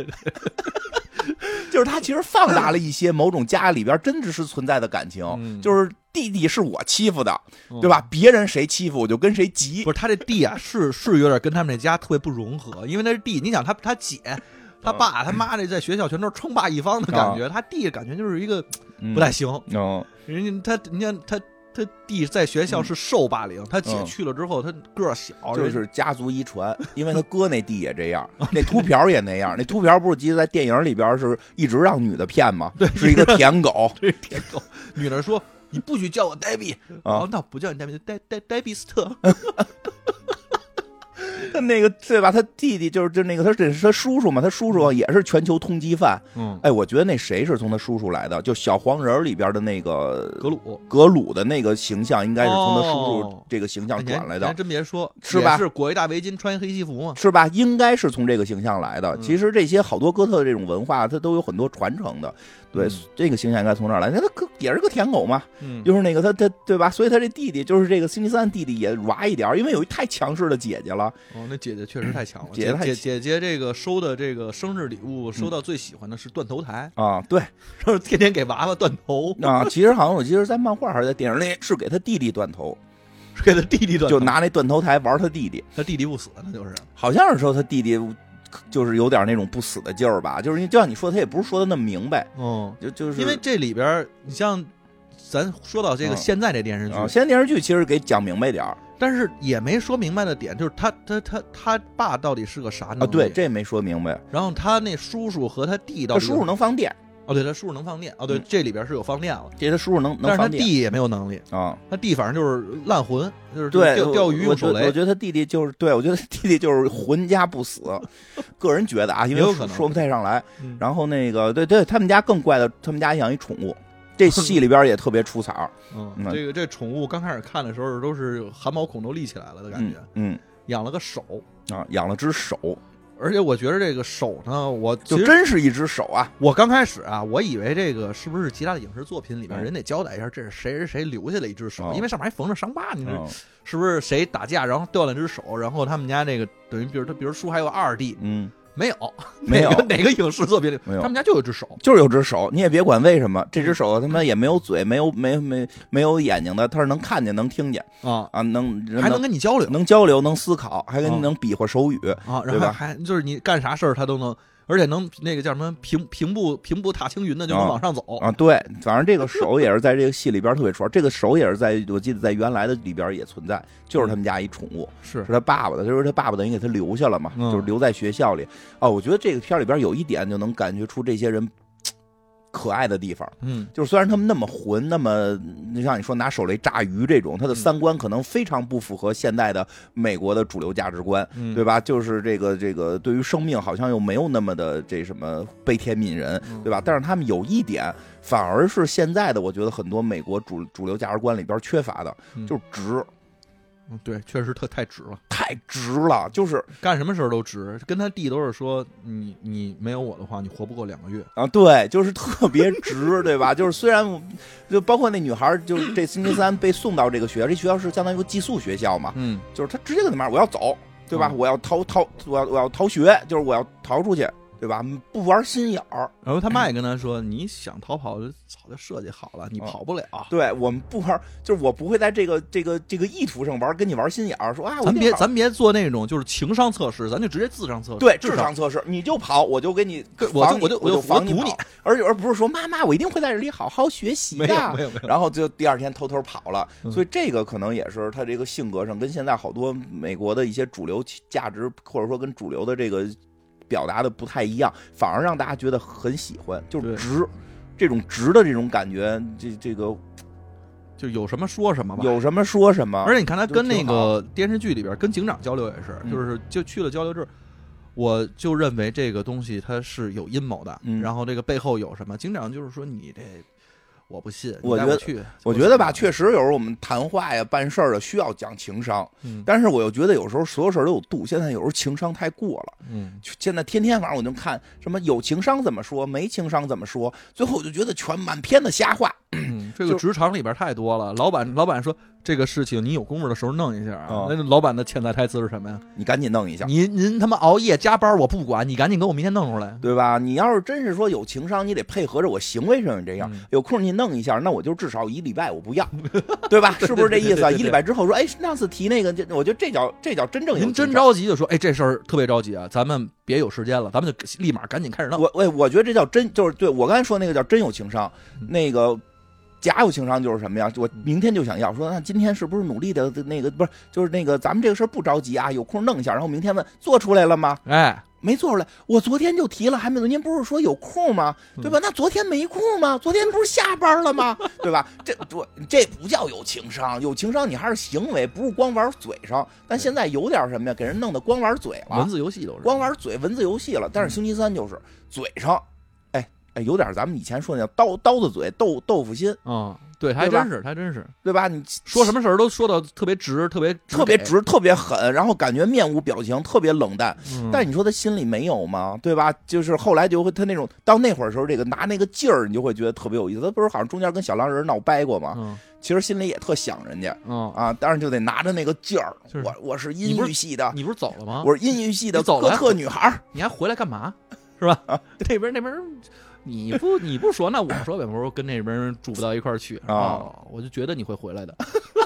就是他其实放大了一些某种家里边真实存在的感情，就是弟弟是我欺负的，对吧？别人谁欺负我就跟谁急。 不是他这弟是有点跟他们这家特别不融合，因为他是弟，你想他姐、他爸、他妈这在学校全都是称霸一方的感觉，他弟感觉就是一个不太行。人家你看他弟在学校是受霸凌，他姐去了之后他个小， 就是家族遗传，因为他哥那弟也这样，那秃瓢也那样。那秃瓢不是记得在电影里边是一直让女的骗吗？ 对， 是一个舔狗。 对，舔狗。女的说：“你不许叫我黛比。”那不叫你黛比，黛比斯特。 他那个对吧？他弟弟就那个，他是他叔叔嘛，他叔叔也是全球通缉犯。我觉得那谁是从他叔叔来的？就小黄人里边的那个格鲁的那个形象，应该是从他叔叔这个形象转来的。 还真别说， 是吧？ 是裹一大围巾，穿黑西服嘛， 是吧？应该是从这个形象来的。其实这些好多哥特的这种文化，它都有很多传承的。 对，这个形象应该从这儿来，他也是个舔狗嘛，就是那个他对吧？所以他这弟弟就是这个星期三弟弟也软一点，因为有一太强势的姐姐了。 哦，那姐姐确实太强了。姐姐这个收的这个生日礼物，收到最喜欢的是断头台啊，对， 就是天天给娃娃断头啊。其实好像我记得在漫画还是在电影里是给他弟弟断头， 是给他弟弟断头， 就拿那断头台玩他弟弟， 他弟弟不死，那就是好像是说他弟弟。就是有点那种不死的劲儿吧，就是就像你说，他也不是说的那么明白，就是因为这里边，你像咱说到这个现在这电视剧， 现在电视剧其实给讲明白点儿， 但是也没说明白的点，就是他爸到底是个啥能力啊？对，这没说明白。 然后他那叔叔和他弟到底， 他叔叔能放电。 哦，对，他叔叔能放电。哦，对，这里边是有放电了。 这他叔叔能放电， 但是他弟也没有能力啊。 他弟反正就是烂魂，就是钓鱼用手雷。 我觉得他弟弟就是，对我觉得弟弟就是魂家不死。个人觉得啊，因为说不太上来。然后那个，对，他们家更怪的，他们家养一宠物，这戏里边也特别出彩。 这宠物刚开始看的时候都是汗毛孔都立起来了的感觉。养了个手啊，养了只手。 而且我觉得这个手呢，我就真是一只手啊！ 我刚开始啊，我以为这个是不是其他的影视作品里面人得交代一下，这是谁留下的一只手，因为上面还缝着伤疤，你说是不是谁打架然后掉了一只手，然后他们家这个等于比如叔还有二弟，没有哪个影视作品里，他们家就有只手， 就是有只手，你也别管为什么，这只手他妈也没有嘴，没有眼睛的，它是能看见能听见啊， 还能跟你交流， 能交流能思考，还跟你能比划手语啊，然后还就是你干啥事儿他都能。而且能那个叫什么平步踏青云的就能往上走啊！对，反正这个手也是在这个戏里边特别出来，这个手也是我记得在原来的里边也存在，就是他们家一宠物， 是他爸爸的，就是他爸爸等于给他留下了嘛，就是留在学校里。哦，我觉得这个片里边有一点就能感觉出这些人可爱的地方，就是虽然他们那么混，那么就像你说拿手雷炸鱼这种，他的三观可能非常不符合现代的美国的主流价值观，对吧？就是这个对于生命好像又没有那么的这什么悲天悯人，对吧？但是他们有一点反而是现在的，我觉得很多美国主流价值观里边缺乏的，就是直。 对，确实太直了， 太直了，就是干什么事儿都直。跟他弟都是说，你没有我的话，你活不过2个月啊。对，就是特别直，对吧？就是虽然就包括那女孩，就是这星期三被送到这个学校，这学校是相当于一个寄宿学校嘛，就是他直接跟他妈我要走，对吧？我要我要逃学，就是我要逃出去。对吧？不玩心眼儿。 然后他妈也跟他说：“你想逃跑，早就设计好了，你跑不了。” 对，我们不玩，就是我不会在这个意图上玩，跟你玩心眼儿。说啊， 咱别做那种就是情商测试，咱就直接智商测试。 对，智商测试，你就跑，我就给你，我就防你，而不是说妈，我一定会在这里好好学习的。 没有。 然后就第二天偷跑了。所以这个可能也是他这个性格上跟现在好多美国的一些主流价值，或者说跟主流的这个。表达的不太一样，反而让大家觉得很喜欢，就是直，这种直的这种感觉，这个就有什么说什么吧， 有什么说什么。 而且你看他跟那个电视剧里边跟警长交流也是，就去了交流这，我就认为这个东西它是有阴谋的，然后这个背后有什么，警长就是说你这。我不信， 我觉得吧，确实有时候我们谈话呀、办事儿的需要讲情商，但是我又觉得有时候所有事儿都有度，现在有时候情商太过了，现在天天晚上我就看什么有情商怎么说，没情商怎么说，最后我就觉得全满篇的瞎话。 这个职场里边太多了，老板说这个事情你有功夫的时候弄一下啊，那老板的潜在台词是什么呀？ 你赶紧弄一下， 您他妈熬夜加班我不管，你赶紧给我明天弄出来， 对吧？你要是真是说有情商，你得配合着我行为上这样，有空你弄一下，那我就至少1礼拜我不要，对吧？是不是这意思啊？1礼拜之后说，哎，上次提那个，我觉得这叫真正有情商。 您真着急就说，哎，这事儿特别着急啊，咱们别有时间了，咱们就立马赶紧开始弄。 我觉得这叫真，就是对我刚才说那个叫真有情商，那个。假有情商就是什么呀？我明天就想要说，那今天是不是努力的那个不是？就是那个咱们这个事儿不着急啊，有空弄一下，然后明天问做出来了吗？ 哎， 没做出来，我昨天就提了，还没做。您不是说有空吗？对吧？那昨天没空吗？昨天不是下班了吗？对吧？这不叫有情商，有情商你还是行为，不是光玩嘴上。但现在有点什么呀？给人弄得光玩嘴了， 文字游戏都是光玩嘴，文字游戏了。但是星期三就是嘴上。有点咱们以前说那叫刀子嘴豆腐心对，还真是，还真是， 对吧？你说什么事儿都说的特别直，特别直，特别狠，然后感觉面无表情，特别冷淡。但你说他心里没有吗？对吧？就是后来就会他那种到那会儿的时候，这个拿那个劲儿，你就会觉得特别有意思。他不是好像中间跟小狼人闹掰过吗？其实心里也特想人家，当然就得拿着那个劲儿。我是音域系的， 你不是走了吗？ 我是音域系的哥特女孩， 你还回来干嘛？是吧？那边。你不说，那我说呗。我说跟那边住不到一块儿去啊，我就觉得你会回来的。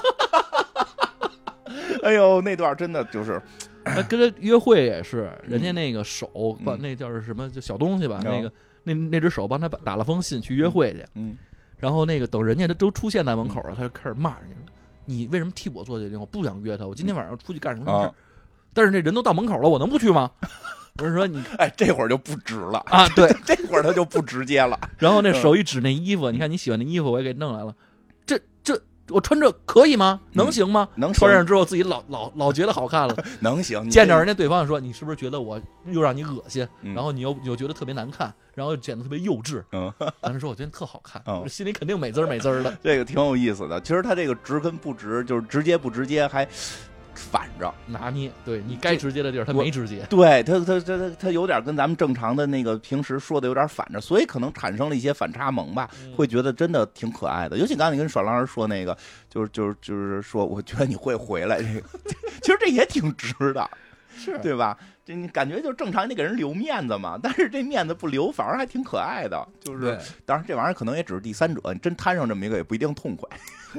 哎呦，那段真的就是， 跟他约会也是，人家那个手把那叫是什么就小东西吧，那只手帮他打了封信去约会去，然后那个等人家都出现在门口了，他就开始骂人家，你为什么替我做决定？我不想约他，我今天晚上出去干什么事？但是这人都到门口了，我能不去吗？不是说你这会儿就不直了啊！对， 这会儿他就不直接了。 然后那手一指那衣服，你看你喜欢的衣服，我也给弄来了。这我穿这可以吗？能行吗？ 能穿上之后自己老觉得好看了， 能行。 见着人家对方说，你是不是觉得我又让你恶心？然后你又觉得特别难看，然后又显得特别幼稚。咱们说我觉得特好看，心里肯定美滋的。 这个挺有意思的。其实他这个直跟不直，就是直接不直接还。反着拿捏，对你该直接的地儿他没直接， 对他有点跟咱们正常的那个平时说的有点反着，所以可能产生了一些反差萌吧，会觉得真的挺可爱的。尤其刚才你跟爽狼人说那个，就是说，我觉得你会回来，这个其实这也挺直的， 是对吧？这你感觉就正常，你给人留面子嘛，但是这面子不留，反而还挺可爱的。就是，当然这玩意儿可能也只是第三者，你真摊上这么一个也不一定痛快。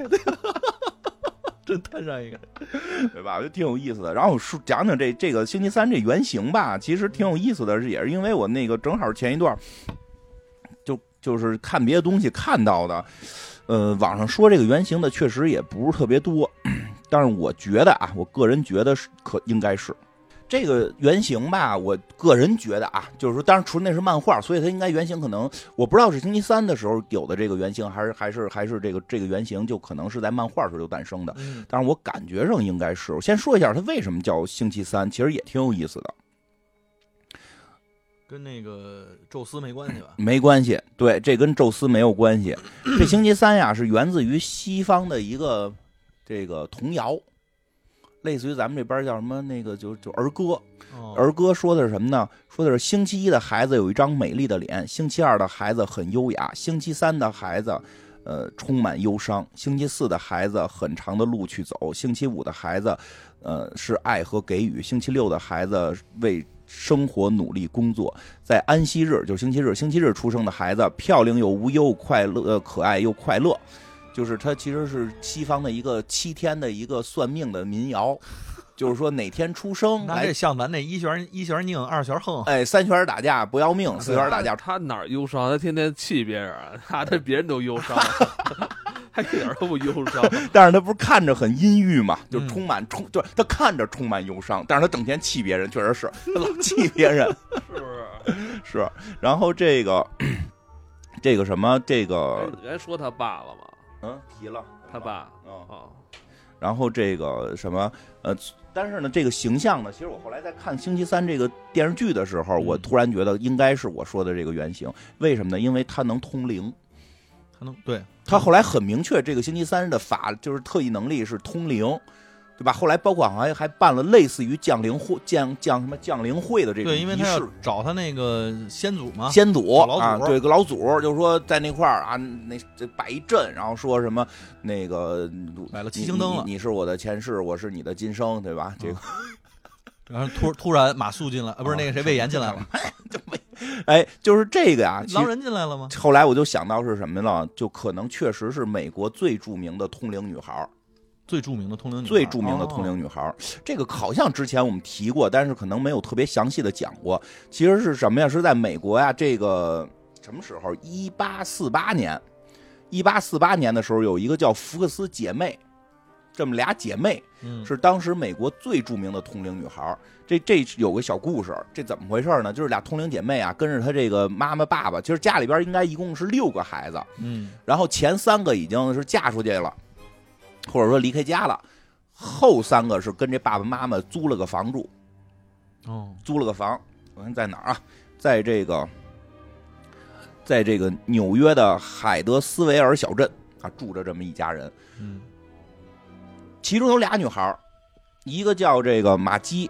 真摊上一个， 对吧？就挺有意思的。然后讲讲这个星期三这原型吧，其实挺有意思的，也是因为我那个正好前一段就是看别的东西看到的，网上说这个原型的确实也不是特别多，但是我觉得啊，我个人觉得应该是。这个原型吧，我个人觉得啊，就是说，当然除了那是漫画，所以它应该原型可能我不知道是星期三的时候有的这个原型，还是这个原型就可能是在漫画时候就诞生的。但是我感觉上应该是。我先说一下它为什么叫星期三，其实也挺有意思的。 跟那个宙斯没关系吧？ 没关系，对，这跟宙斯没有关系。这星期三呀，是源自于西方的一个这个童谣。类似于咱们这边叫什么那个就儿歌，儿歌说的是什么呢？说的是星期一的孩子有一张美丽的脸，星期二的孩子很优雅，星期三的孩子充满忧伤，星期四的孩子很长的路去走，星期五的孩子是爱和给予，星期六的孩子为生活努力工作，在安息日就星期日出生的孩子漂亮又无忧，快乐可爱又快乐。就是它其实是西方的一个7天的一个算命的民谣，就是说哪天出生， 那这像咱那一旋拧，2旋横， 哎，3旋打架不要命，4旋打架。 他哪儿忧伤？他天天气别人，他别人都忧伤，他一点都不忧伤。 但是他不是看着很阴郁嘛，就就是他看着充满忧伤，但是他整天气别人，确实是他老气别人， 是不是？ 是。然后这个什么这个， 人说他爸了吗？ 提了他爸然后这个什么但是呢，这个形象呢，其实我后来在看星期三这个电视剧的时候，我突然觉得应该是我说的这个原型。为什么呢？因为他能通灵， 对他后来很明确，这个星期三的就是特异能力是通灵。对吧？后来包括好像还办了类似于降灵会的这个仪式， 对，因为他要找他那个先祖嘛， 先祖啊， 对个老祖，就是说在那块儿啊，这摆一阵，然后说什么那个摆了7星灯了， 你是我的前世，我是你的今生，对吧？这个， 然后突然马谡进来，不是那个谁魏延进来了， 就是这个呀， 狼人进来了吗？ 后来我就想到是什么了，就可能确实是美国最著名的通灵女孩。 最著名的通灵女孩， 这个好像之前我们提过，但是可能没有特别详细的讲过。其实是什么呀？是在美国呀，这个什么时候？1848年的时候，有一个叫福克斯姐妹，这么俩姐妹，是当时美国最著名的通灵女孩。这有个小故事，这怎么回事呢？就是俩通灵姐妹啊，跟着她这个妈妈爸爸，其实家里边应该一共是6个孩子，然后前3个已经是嫁出去了。或者说离开家了，后3个是跟这爸爸妈妈租了个房住。租了个房，我看在哪儿啊？在这个纽约的海德斯维尔小镇住着这么一家人。其中有俩女孩，一个叫这个马姬，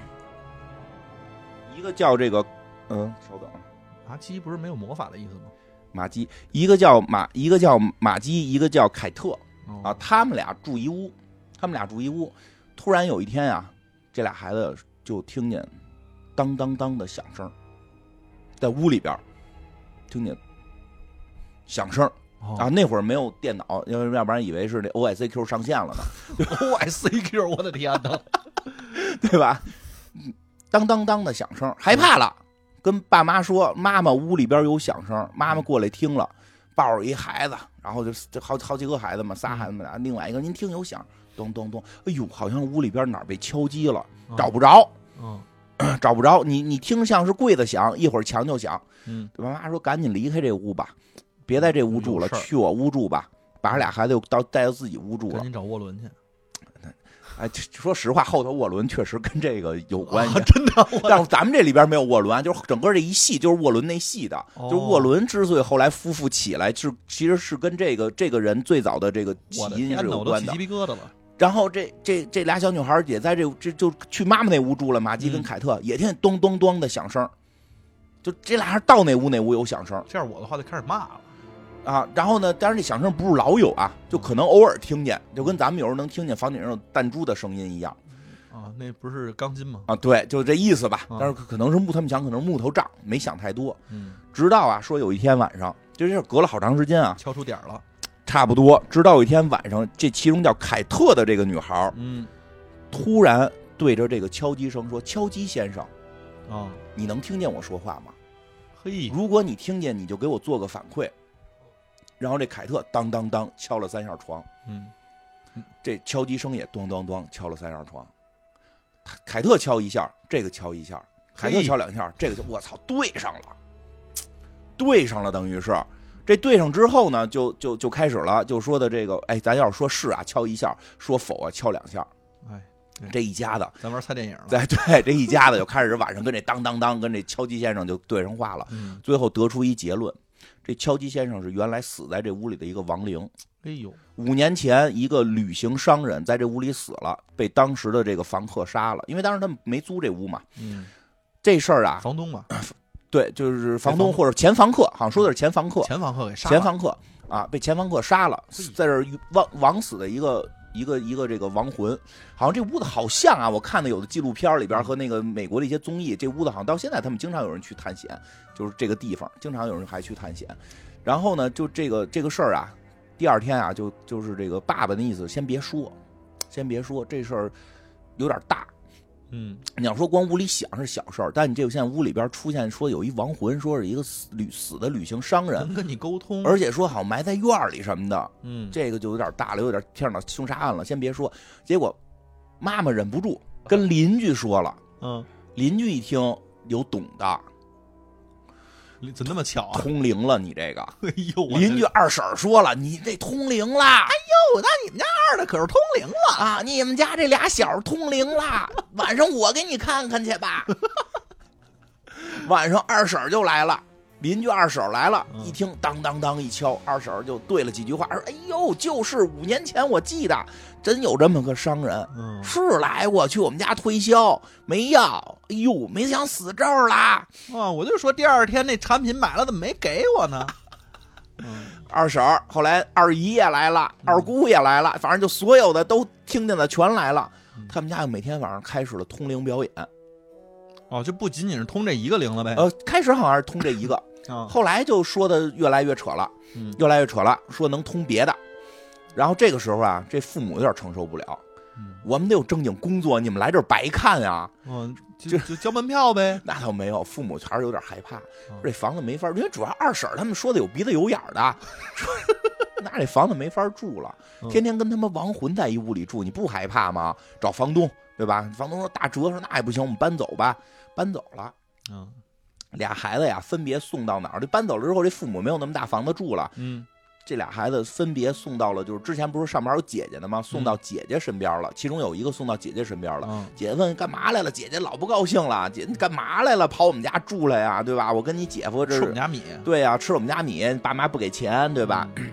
一个叫这个稍等， 马姬不是没有魔法的意思吗？ 马姬，一个叫马姬，一个叫凯特啊，他们俩住一屋，突然有一天啊，这俩孩子就听见当当当的响声，在屋里边听见响声啊，那会儿没有电脑，因为要不然以为是那 OICQ 上线了呢。 OICQ， 我的天哪， 对吧？当当当的响声，害怕了，跟爸妈说：“妈妈，屋里边有响声。”妈妈过来听了，抱着一孩子，然后就好几个孩子嘛，仨孩子嘛，另外一个您听有响，咚咚咚，哎呦，好像屋里边哪儿被敲击了，找不着，找不着，你听像是柜子响，一会儿墙就响。妈妈说：“赶紧离开这屋吧。”别在这屋住了，去我屋住吧。把这俩孩子又带到自己屋住了。 赶紧找沃伦去。 哎，说实话，后头沃伦确实跟这个有关系， 真的。 但是咱们这里边没有沃伦，就是整个这一系就是沃伦那系的。就是沃伦之所以后来夫妇起来，其实是跟这个人最早的这个起因是有关的。 我起鸡皮疙瘩了。 然后这俩小女孩也在这就去妈妈那屋住了，马姬跟凯特也听见咚咚咚的响声，就这俩人到那屋有响声。 这样我的话就开始骂了。 啊，然后呢？当然这响声不是老有啊，就可能偶尔听见，就跟咱们有时候能听见房顶上有弹珠的声音一样。 啊，那不是钢筋吗？ 啊，对，就这意思吧。但是可能是他们想，可能是木头杖，没想太多。直到啊，说有一天晚上，这事隔了好长时间啊， 敲出点了， 差不多。直到有一天晚上，这其中叫凯特的这个女孩，突然对着这个敲击声说：“敲击先生，你能听见我说话吗？ 嘿， 如果你听见，你就给我做个反馈。”然后这凯特当当当敲了3下床，这敲击声也咚咚咚敲了3下床。凯特敲一下，这个敲一下，凯特敲2下，这个就我操对上了，等于是这对上之后呢，就开始了，就说的这个，哎，咱要是说是啊，敲1下；说否啊，敲2下。 哎， 这一家子， 咱玩猜电影了。 对，这一家子就开始晚上跟这当当当跟这敲击先生就对上话了。最后得出一结论。这敲击先生是原来死在这屋里的一个亡灵。 哎呦 ，5年前一个旅行商人在这屋里死了，被当时的这个房客杀了，因为当时他们没租这屋嘛。这事儿啊， 房东嘛， 对，就是房东或者前房客，好像说的是前房客， 给杀了， 前房客啊，被前房客杀了，在这枉死的一个这个亡魂。好像这屋子好像啊，我看的有的纪录片里边和那个美国的一些综艺，这屋子好像到现在他们经常有人去探险，就是这个地方经常有人还去探险。然后呢，就这个事儿啊，第二天啊，就是这个爸爸的意思，先别说这事儿有点大。你要说光屋里响是小事儿，但你这个现在屋里边出现说有一亡魂，说是一个死的旅行商人， 能跟你沟通， 而且说好埋在院里什么的，这个就有点大了，有点天哪凶杀案了。先别说，结果妈妈忍不住跟邻居说了，邻居一听有懂的， 怎么那么巧啊？ 通灵了，你这个， 哎呦， 邻居二婶说了，你这通灵了，哎呦，那你们家二的可是通灵了啊！你们家这俩小通灵了，晚上我给你看看去吧。晚上二婶就来了，邻居二婶来了，一听当当当一敲，二婶就对了几句话，说：“哎呦，就是5年前我记得，真有这么个商人，是来过去我们家推销，没要，哎呦，没想死这儿啦。 我就说第二天那产品买了，怎么没给我呢？” 二婶后来二姨也来了，二姑也来了，反正就所有的都听见的全来了。他们家每天晚上开始了通灵表演。 就不仅仅是通这一个灵了呗？ 开始好像是通这一个，后来就说的越来越扯了，说能通别的。然后这个时候啊，这父母有点承受不了，我们得有正经工作，你们来这儿白看呀。 就交门票呗。 那倒没有，父母还是有点害怕，这房子没法，因为主要二婶他们说的有鼻子有眼的，那这房子没法住了，天天跟他们亡魂在一屋里住，你不害怕吗？找房东，对吧？房东说打折，说那也不行，我们搬走吧。搬走了，俩孩子呀分别送到哪儿？这搬走了之后，这父母没有那么大房子住了，这俩孩子分别送到了，就是之前不是上边有姐姐的吗？送到姐姐身边了，其中有一个送到姐姐身边了。姐姐问干嘛来了？姐姐老不高兴了，姐你干嘛来了？跑我们家住来呀，对吧？我跟你姐夫这是吃我们家米， 对呀，吃我们家米，爸妈不给钱，对吧？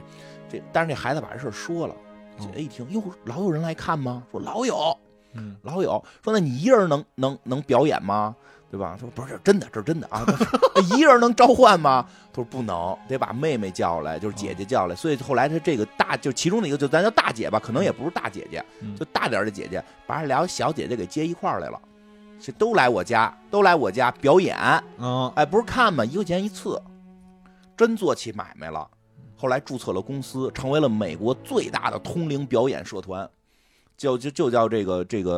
但是这孩子把这事说了，姐一听，哟，老有人来看吗？说老有，老有。说那你一人能表演吗？对吧？说不是真的，这是真的啊！一人能召唤吗？他说不能，得把妹妹叫来，就是姐姐叫来。所以后来他这个就其中的一个，就咱叫大姐吧，可能也不是大姐姐，就大点的姐姐，把这俩小姐姐给接一块儿来了，这都来我家表演。哎，不是看嘛，1块钱1次，真做起买卖了。后来注册了公司，成为了美国最大的通灵表演社团，就叫这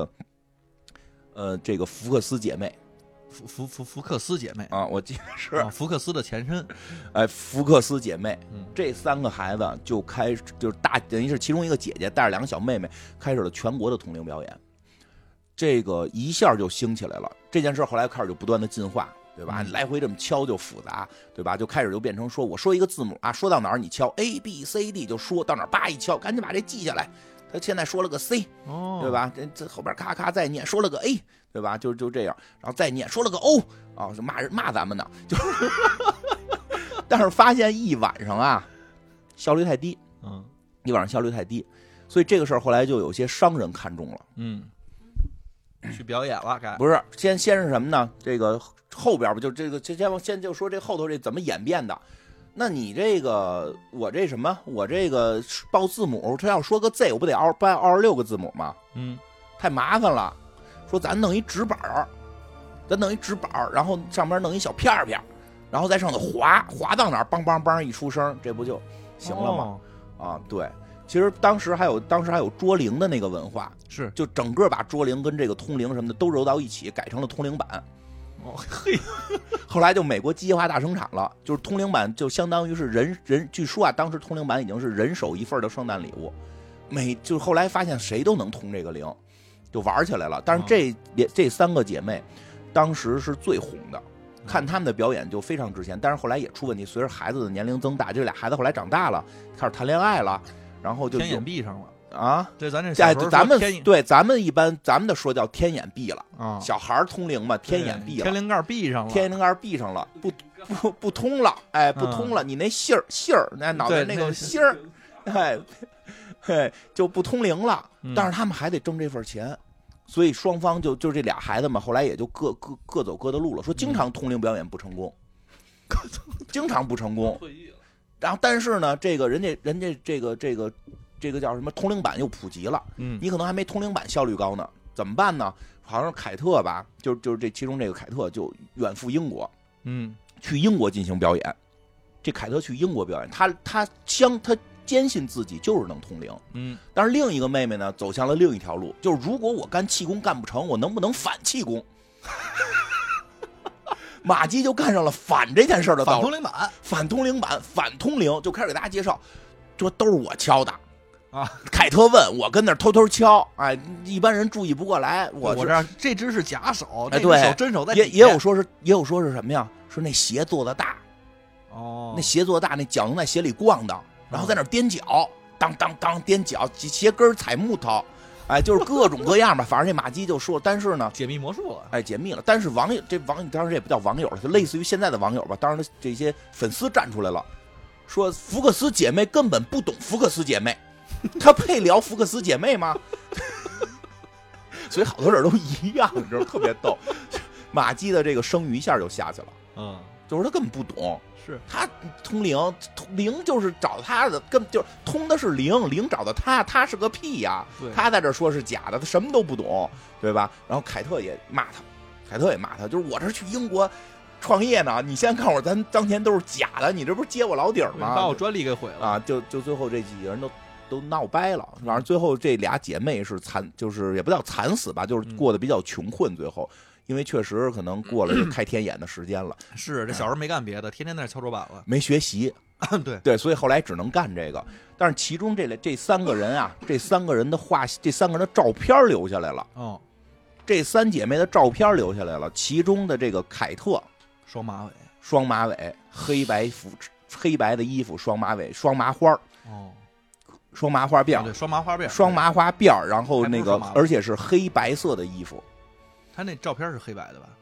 个福克斯姐妹。 福克斯姐妹啊，我记得是福克斯的前身。 哎，福克斯姐妹，这3个孩子就是等于是其中一个姐姐带着2个小妹妹，开始了全国的通灵表演。这个一下就兴起来了。这件事后来开始就不断的进化，对吧？来回这么敲就复杂，对吧？就开始就变成说，我说一个字母啊，说到哪儿你敲 A B C D 就说到哪儿，叭一敲，赶紧把这记下来。他现在说了个 C， 对吧？这后边咔咔再念，说了个 A， 对吧？就这样，然后再念，说了个 O 啊，就骂咱们呢，就是但是发现一晚上啊，效率太低，一晚上效率太低，所以这个事儿后来就有些商人看中了， 去表演了， 不是先是什么呢？这个后边吧，就这个先就说这后头这怎么演变的。那你这个我这什么？我这个报字母，他要说个 Z， 我不得报26个字母吗？太麻烦了。说咱弄一纸板然后上面弄一小片片，然后在上头划到哪儿，梆梆梆一出声，这不就行了吗？啊，对。其实当时还有捉灵的那个文化， 是就整个把捉灵跟这个通灵什么的都揉到一起，改成了通灵板。 嘿， 后来就美国机械化大生产了，就是通灵板就相当于是人，据说啊，当时通灵板已经是人手一份的圣诞礼物，就是后来发现谁都能通这个灵，就玩起来了。但是这3个姐妹当时是最红的，看他们的表演就非常值钱。但是后来也出问题，随着孩子的年龄增大，这俩孩子后来长大了，开始谈恋爱了，然后就天眼闭上了。 啊， 对，咱们一般咱们的说叫天眼闭了啊，小孩通灵嘛，天眼闭了， 天灵盖闭上了， 天灵盖闭上了，不通了，哎，不通了，你那信儿，那脑袋那个芯儿，哎，就不通灵了。但是他们还得挣这份钱，所以双方就这俩孩子嘛，后来也就各走各的路了。说经常通灵表演不成功，经常不成功。然后但是呢，这个人家这个叫什么通灵板又普及了，你可能还没通灵板效率高呢，怎么办呢？好像是凯特吧，就是这其中这个凯特就远赴英国，去英国进行表演。这凯特去英国表演，他坚信自己就是能通灵，但是另一个妹妹呢，走向了另一条路，就是如果我干气功干不成，我能不能反气功？马基就干上了反这件事的道路，反通灵板，反通灵，就开始给大家介绍，说都是我敲的。 啊！ 凯特问我跟那偷偷敲，哎，一般人注意不过来。我这只是假手， 哎，对， 手真手在也有说是什么呀？说那鞋做的大，那鞋做的大，那脚能在鞋里逛荡，然后在那踮脚，当当当踮脚，鞋跟踩木头，哎，就是各种各样吧。反正这马基就说，但是呢， 解密魔术了， 哎，解密了。但是网友当然这也不叫网友了，就类似于现在的网友吧。当然这些粉丝站出来了，说福克斯姐妹根本不懂福克斯姐妹。他配聊福克斯姐妹吗？所以好多人都一样，你知道，特别逗。马基的这个声誉一下就下去了，就是他根本不懂， 是他通灵就是找他的，根本就是通的是灵找的他是个屁呀！他在这说是假的，他什么都不懂，对吧？然后凯特也骂他，就是我这去英国创业呢，你先告诉我咱当年都是假的，你这不是揭我老底儿吗？ 把我专利给毁了啊！就最后这几个人都闹掰了，反正最后这俩姐妹是就是也不叫惨死吧，就是过得比较穷困。最后，因为确实可能过了开天眼的时间了。 是这小时候没干别的，天天在那敲桌板了， 没学习。对，所以后来只能干这个。但是其中这3个人啊，这3个人的照片留下来了。这3姐妹的照片留下来了。其中的这个凯特， 双马尾，黑白的衣服，双马尾，双麻花。双麻花辫， 对，双麻花辫，然后那个，而且是黑白色的衣服。 他那照片是黑白的吧？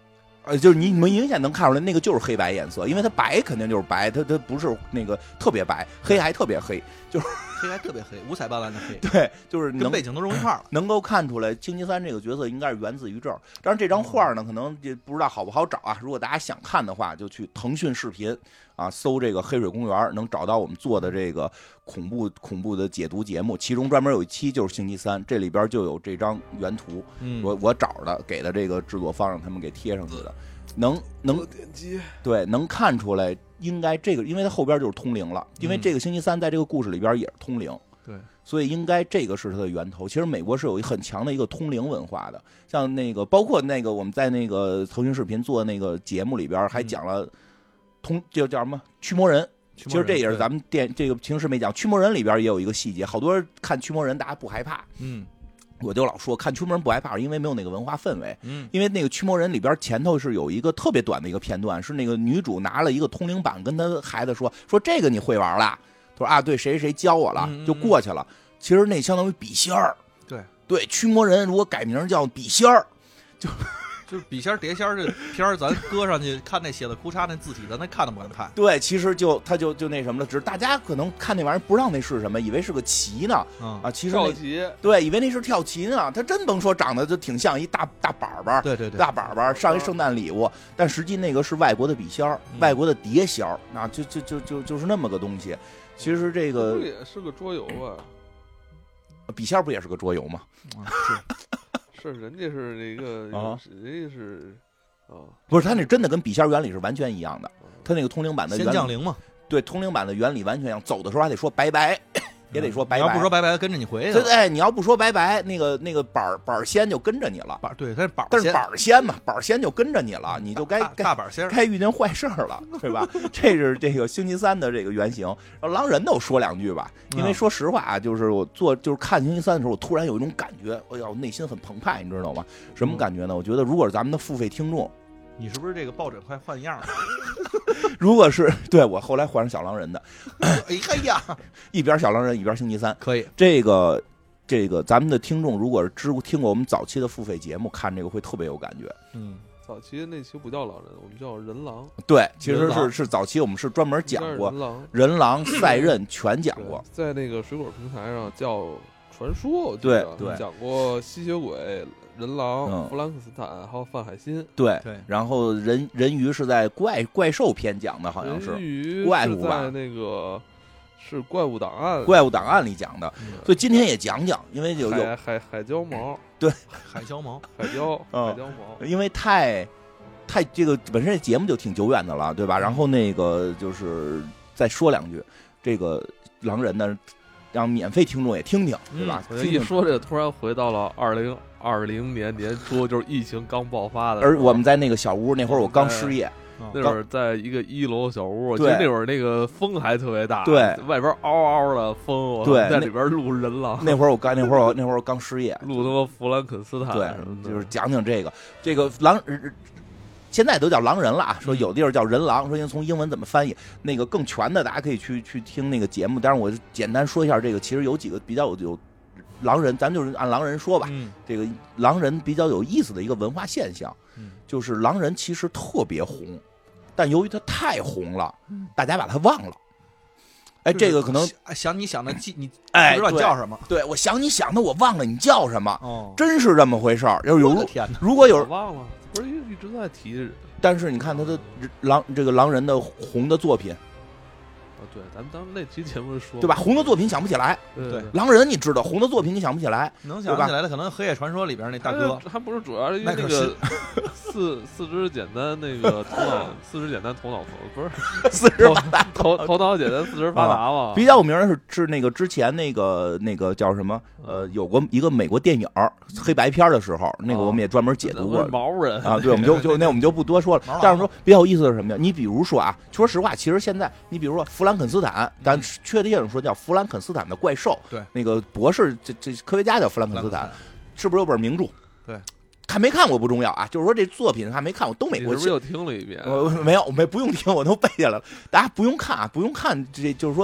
就是你们明显能看出来，那个就是黑白颜色，因为它白肯定就是白，它不是那个特别白，黑还特别黑，就是黑还特别黑，五彩斑斓的黑。 对，就是跟背景都融一块了， 能够看出来星期三这个角色应该是源自于这儿。当然这张画呢，可能也不知道好不好找啊。如果大家想看的话，就去腾讯视频啊搜这个黑水公园，能找到我们做的这个恐怖的解读节目，其中专门有一期就是星期三，这里边就有这张原图，我找的给的这个制作方让他们给贴上去的，能点击， 对，能看出来应该这个，因为它后边就是通灵了，因为这个星期三在这个故事里边也是通灵， 对， 所以应该这个是它的源头。其实美国是有一很强的一个通灵文化的，像那个包括那个我们在那个腾讯视频做那个节目里边还讲了就叫什么驱魔人。其实这也是咱们这个平时没讲，驱魔人里边也有一个细节，好多人看驱魔人大家不害怕，我就老说看驱魔人不害怕，因为没有那个文化氛围，因为那个驱魔人里边前头是有一个特别短的一个片段，是那个女主拿了一个通灵板跟她孩子说这个你会玩了，她说啊对，谁谁教我了，就过去了。其实那相当于笔仙儿，对，驱魔人如果改名叫笔仙儿， 就是笔仙碟仙这片儿，咱搁上去看那写的哭嚓那字体，咱那看都不敢看。 对，其实他就那什么了，只是大家可能看那玩意儿不知道那是什么，以为是个旗呢，其实跳旗， 对，以为那是跳旗呢。他真甭说长得就挺像一大板板， 对， 大板板上一圣诞礼物，但实际那个是外国的笔仙儿，外国的碟仙儿，啊，就是那么个东西。其实这个也是个桌游吧？ 笔仙儿不也是个桌游吗？ 是人家是那个人家是不是他那真的跟笔仙原理是完全一样的，他那个通灵版的先降灵嘛， 对，通灵版的原理完全一样，走的时候还得说拜拜，也得说拜拜， 你要不说拜拜跟着你回去， 对，你要不说拜拜，那个板仙就跟着你了， 对，他是板， 但是板仙嘛，板仙就跟着你了，你就大板仙该遇见坏事了，对吧？这是这个星期三的这个原型。狼人都说两句吧，因为说实话啊，就是我就是看星期三的时候，我突然有一种感觉，哎呀，内心很澎湃，你知道吗？什么感觉呢？我觉得如果是咱们的付费听众， 你是不是这个抱枕快换样了？ 如果是对我后来换成小狼人的， 哎呀， 一边小狼人一边星期三， 可以。 这个咱们的听众如果是听过我们早期的付费节目，看这个会特别有感觉。 早期那期不叫狼人，我们叫人狼。 对，其实是早期我们是专门讲过人狼、赛壬全讲过， 在那个水果平台上叫传说，我记得对讲过吸血鬼、人狼、弗兰克斯坦还有范海辛。 对，然后人鱼是在怪兽篇讲的，好像是人鱼怪物吧？ 在那个是怪物档案里讲的，所以今天也讲讲，因为有海椒毛， 对， 海椒毛， 海椒毛， 因为太这个本身这节目就挺久远的了，对吧？然后那个就是再说两句，这个狼人呢，让免费听众也听听，对吧？ 一说这个，突然回到了2020年年初，就是疫情刚爆发的， 而我们在那个小屋那会儿，我刚失业。 那会儿在一个1楼小屋，其实那会儿那个风还特别大， 对， 外边嗷嗷的风， 对， 在里边录人狼。 那会儿我刚失业， 录他妈弗兰肯斯坦， 对，就是讲这个狼，现在都叫狼人了啊，说有地儿叫人狼，说从英文怎么翻译，那个更全的大家可以去听那个节目。但是我简单说一下这个，其实有几个比较有狼人，咱们就是按狼人说吧。这个狼人比较有意思的一个文化现象，就是狼人其实特别红。但由于他太红了，大家把他忘了。哎，这个可能想你想的你不知道你叫什么？ 对，我想你想的，我忘了你叫什么。哦，真是这么回事儿。如果有忘了，不是一直在提。 但是你看他的这个狼人的红的作品。 对，咱们当时那期节目说， 对吧？红的作品想不起来， 对， 狼人你知道，红的作品你想不起来， 能想起来的可能《黑夜传说》里边那大哥， 他不是主要是因为那个四肢简单那个四肢简单头脑不是四肢发达头脑简单四肢发达嘛？ 比较有名的是那个之前那个叫什么？有过一个美国电影黑白片的时候，那个我们也专门解读过。 毛人啊，对，我们就不多说了。但是说比较有意思的是什么呀？你比如说啊，说实话，其实现在你比如说弗兰肯斯坦，咱确切说叫弗兰肯斯坦的怪兽， 对， 那个博士这科学家叫弗兰肯斯坦，是不是有本名著？ 对。 看没看过不重要啊，就是说这作品还没看过，都美国。 你是不是又听了一遍？ 没有，不用听，我都背下来了。大家不用看啊，不用看，这就是说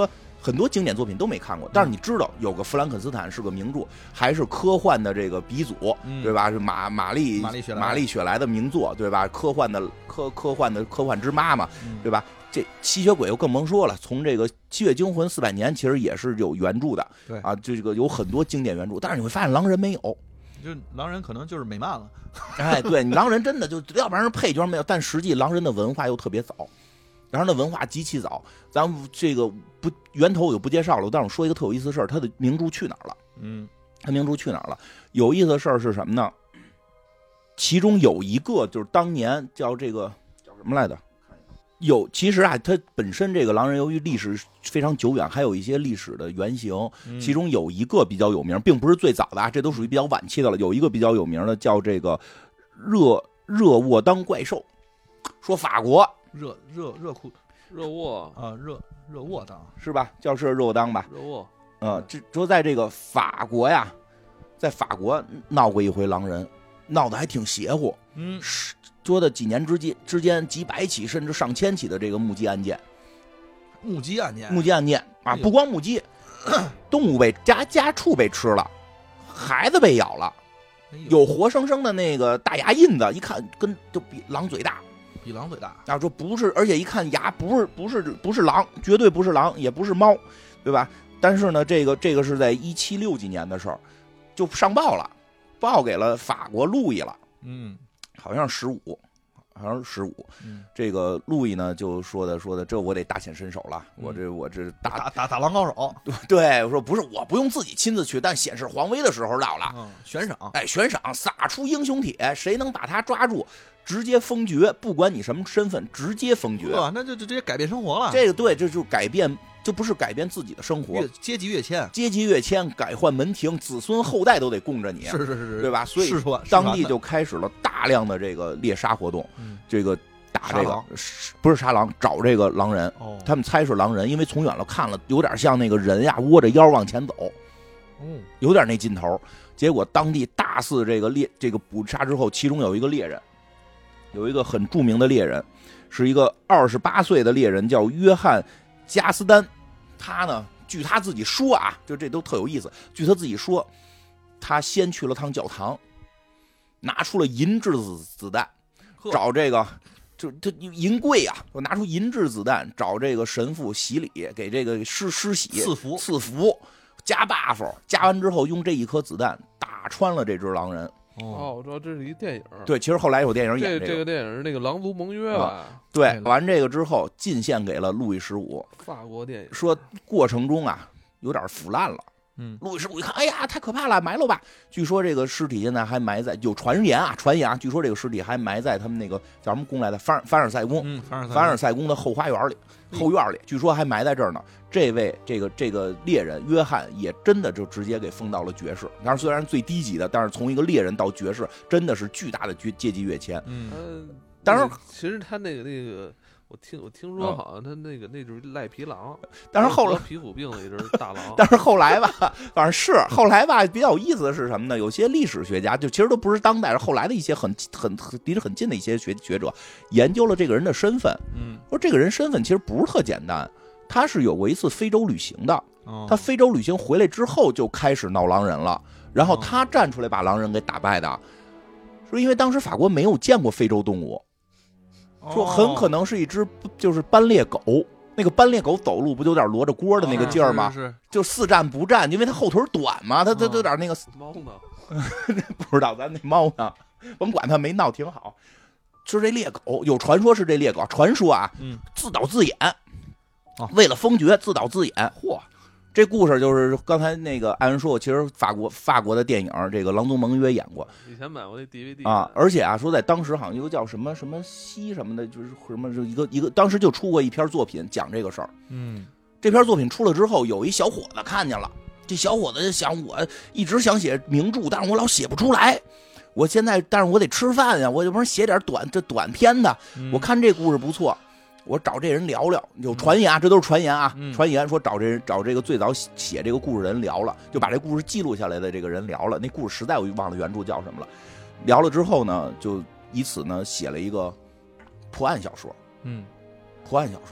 很多经典作品都没看过，但是你知道有个弗兰肯斯坦是个名著，还是科幻的这个鼻祖，对吧？是玛丽雪莱的名作，对吧？科幻之妈嘛，对吧？这吸血鬼又更甭说了，从这个《吸血惊魂》400年其实也是有原著的， 对啊，这个有很多经典原著，但是你会发现狼人没有， 就狼人可能就是美漫了， 哎，对，你狼人真的就要不然是配角没有，但实际狼人的文化又特别早。然后那文化极其早，咱们这个源头我就不介绍了，但是我说一个特有意思的事儿，他的明珠去哪儿了？他明珠去哪儿了？有意思的事儿是什么呢？其中有一个就是当年叫这个叫什么来着？其实啊，它本身这个狼人由于历史非常久远，还有一些历史的原型，其中有一个比较有名，并不是最早的啊，这都属于比较晚期的了。有一个比较有名的叫这个热沃当怪兽，说法国。 热沃啊，热沃当是吧？叫是热沃当吧？ 热沃， 这说在这个法国呀，在法国闹过一回狼人，闹得还挺邪乎。说的几年之间几百起甚至上千起的这个目击案件啊，不光目击，动物被家畜被吃了，孩子被咬了，有活生生的那个大牙印子，一看就比狼嘴大。 比狼嘴大啊！说不是，而且一看牙不是狼，绝对不是狼，也不是猫，对吧？但是呢，这个是在176几年的事儿，就上报了，报给了法国路易了。好像是15。这个路易呢就说的，这我得大显身手了，我这打狼高手。 对，我说不是，我不用自己亲自去，但显示皇威的时候到了。 悬赏， 悬赏，撒出英雄帖，谁能把他抓住？直接封爵，不管你什么身份，直接封爵， 那就直接改变生活了。 这个对，这就改变，就不是改变自己的生活， 阶级跃迁，改换门庭，子孙后代都得供着你， 是， 对吧？所以当地就开始了大量的这个猎杀活动，这个打这个不是杀狼，找这个狼人，他们猜是狼人，因为从远了看了，有点像那个人呀，窝着腰往前走，有点那劲头。结果当地大肆这个捕杀之后，其中有一个猎人。有一个很著名的猎人，是一个28岁的猎人，叫约翰·加斯丹。他呢，据他自己说啊，就这都特有意思。据他自己说，他先去了趟教堂，拿出了银质子弹，找这个就银柜啊，我拿出银质子弹找这个神父洗礼，给这个施洗赐福，加 buff， 加完之后用这一颗子弹打穿了这只狼人。 我知道这是一电影。 对，其实后来有电影演这个电影是那个《狼族盟约》吧？ 对，完这个之后进献给了路易15。 法国电影说过程中啊有点腐烂了。路易15一看，哎呀，太可怕了，埋了吧。据说这个尸体现在还埋在，有传言啊，据说这个尸体还埋在他们那个叫什么宫来的凡尔赛宫，凡尔赛宫的后院里，据说还埋在这儿呢。这位这个猎人约翰也真的就直接给封到了爵士，当然虽然最低级的，但是从一个猎人到爵士真的是巨大的阶级跃迁。当然其实他那个我听说好像他那就是赖皮狼， 但是后来皮肤病的一只大狼。 但是后来吧，反正是后来吧，比较有意思的是什么呢？有些历史学家就其实都不是当代，是后来的一些离得很近的一些学者研究了这个人的身份。说这个人身份其实不是特简单。他是有过一次非洲旅行的，他非洲旅行回来之后就开始闹狼人了，然后他站出来把狼人给打败的，说因为当时法国没有见过非洲动物，说很可能是一只就是斑鬣狗，那个斑鬣狗走路不就有点罗着锅的那个劲儿吗？就四站不站，因为它后腿短嘛，它有点那个猫呢， 不知道咱那猫呢，甭管它没闹挺好。是这猎狗有传说是这猎狗，传说啊，自导自演。为了封爵自导自演，嚯！这故事就是刚才那个艾文说，其实法国的电影这个《狼族盟约》演过， 以前买过那 DVD 啊，而且啊说在当时好像一个叫什么西什么的，就是什么一个当时就出过一篇作品讲这个事儿。这篇作品出了之后，有一小伙子看见了，这小伙子就想，我一直想写名著，但是我老写不出来。我现在，但是我得吃饭呀，我就不是写点短篇的。我看这故事不错。我找这人聊聊，有传言啊，这都是传言啊。传言说找这个最早写这个故事人聊了，就把这故事记录下来的这个人聊了。那故事实在我忘了原著叫什么了。聊了之后呢，就以此呢写了一个破案小说。破案小说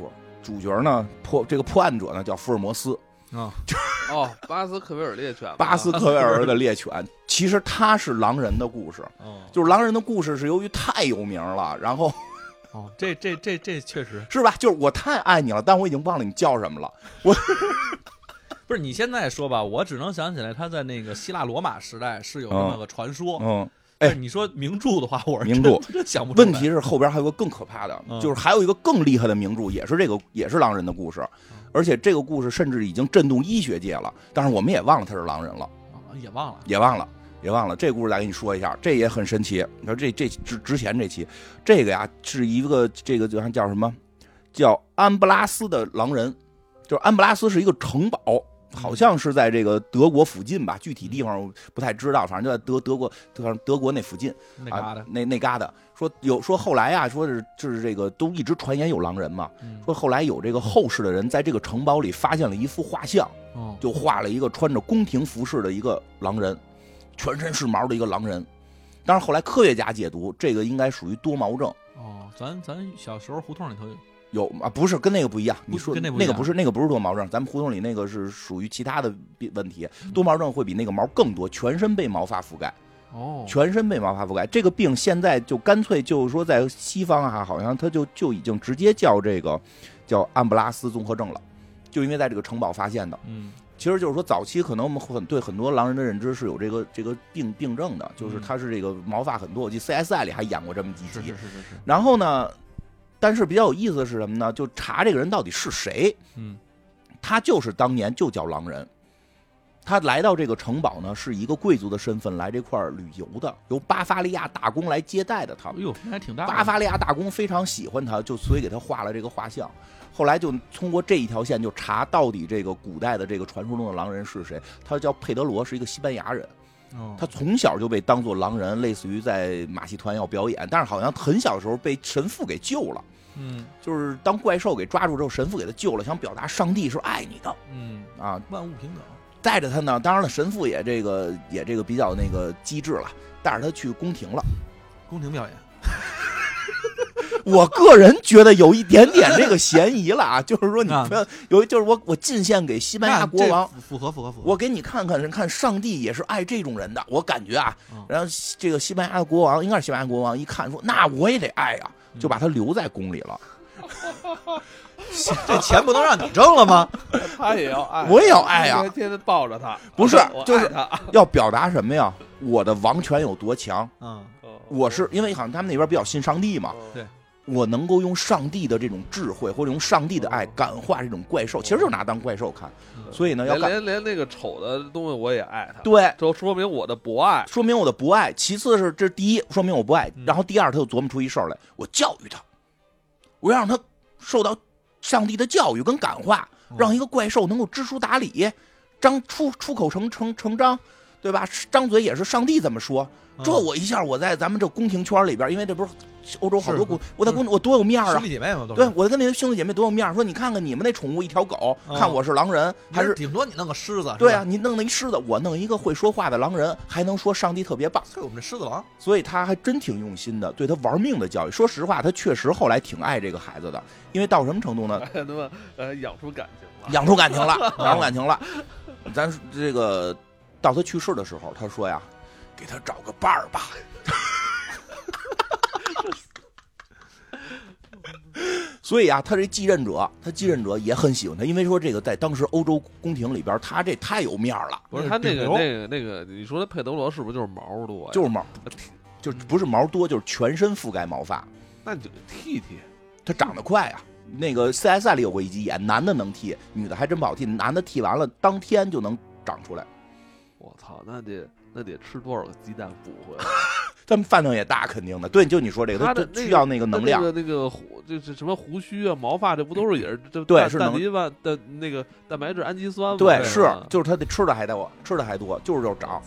主角呢破案者呢叫福尔摩斯啊， 巴斯克维尔猎犬， 巴斯克维尔的猎犬，其实它是狼人的故事，就是狼人的故事是由于太有名了，然后。 这确实是吧？就是我太爱你了，但我已经忘了你叫什么了。我不是你现在说吧，我只能想起来他在那个希腊罗马时代是有这么个传说。你说名著的话，我是名著真想不出来。 问题是后边还有个更可怕的，就是还有一个更厉害的名著，也是狼人的故事，而且这个故事甚至已经震动医学界了，但是我们也忘了他是狼人了， 也忘了。 这个故事再给你说一下，这也很神奇。你说这之前这期，这个呀是一个这个叫什么？叫安布拉斯的狼人，就是安布拉斯是一个城堡，好像是在这个德国附近吧，具体地方不太知道，反正就在德国那附近那旮瘩。 那旮瘩说后来呀，说是这个都一直传言有狼人嘛，说后来有这个后世的人在这个城堡里发现了一幅画像，就画了一个穿着宫廷服饰的一个狼人。全身是毛的一个狼人，当然后来科学家解读这个应该属于多毛症。 咱小时候胡同里头有啊，不是跟那个不一样。你说那个不是多毛症，咱们胡同里那个是属于其他的问题。多毛症会比那个毛更多，全身被毛发覆盖。全身被毛发覆盖，这个病现在就干脆就是说在西方啊，好像它就已经直接叫这个叫安布拉斯综合症了，就因为在这个城堡发现的。其实就是说，早期可能我们对很多狼人的认知是有这个病症的，就是他是这个毛发很多。我记得 CSI 里还演过这么几集。 是。 然后呢，但是比较有意思的是什么呢？就查这个人到底是谁。他就是当年就叫狼人。他来到这个城堡呢，是一个贵族的身份来这块旅游的，由巴伐利亚大公来接待的他。 哎呦，那还挺大。 巴伐利亚大公非常喜欢他，所以给他画了这个画像。后来就通过这一条线就查到底这个古代的这个传说中的狼人是谁。他叫佩德罗，是一个西班牙人。他从小就被当作狼人，类似于在马戏团要表演，但是好像很小的时候被神父给救了。就是当怪兽给抓住之后，神父给他救了，想表达上帝是爱你的。 万物平等。 带着他呢，当然了，神父也这个比较那个机智了，带着他去宫廷了。 宫廷表演。 我个人觉得有一点点这个嫌疑了啊，就是说你不要就是我进献给西班牙国王， 符合。 我给你看上帝也是爱这种人的，我感觉啊，然后这个西班牙的国王应该是西班牙国王，一看说那我也得爱啊，就把他留在宫里了。 这钱不能让你挣了吗？ 他也要爱， 我也要爱呀， 天天抱着他。 不是，就是要表达什么呀？我的王权有多强？我是因为好像他们那边比较信上帝嘛。 对。 我能够用上帝的这种智慧或者用上帝的爱感化这种怪兽，其实就是拿当怪兽看。所以呢，要连那个丑的东西我也爱他。 对， 就说明我的博爱， 其次是这第一，说明我不爱。然后第二，他就琢磨出一事儿来，我教育他，我要让他受到上帝的教育跟感化，让一个怪兽能够知书达理，出口成章，对吧？张嘴也是上帝怎么说。这我一下我在咱们这宫廷圈里边，因为这不是欧洲好多宫，我在宫我多有面啊！ 兄弟姐妹嘛， 对，我跟那些兄弟姐妹多有面。说你看看你们那宠物一条狗，看我是狼人，还是顶多你弄个狮子？ 对啊，你弄那一狮子，我弄一个会说话的狼人，还能说上帝特别棒。 对，我们这狮子王， 所以他还真挺用心的，对他玩命的教育。说实话，他确实后来挺爱这个孩子的，因为到什么程度呢？ 养出感情了， 养出感情了。咱这个到他去世的时候，他说呀。给他找个伴儿吧，所以啊，他继任者也很喜欢他，因为说这个在当时欧洲宫廷里边，他这太有面了。 不是他那个，你说的佩德罗是不是就是毛多呀？ 就是毛，就不是毛多，就是全身覆盖毛发。 那你就剃， 他长得快啊。那个 CSI 里有过一集演，男的能剃，女的还真不好剃，男的剃完了当天就能长出来。 我操，那得吃多少个鸡蛋补回来？ 他们饭量也大，肯定的。对，就你说这个，他需要那个能量。 那个就是什么胡须啊、毛发，这不都是也是这对是氮离子的那个蛋白质、氨基酸吗？ 对，是就是他得吃的还多，就是要长，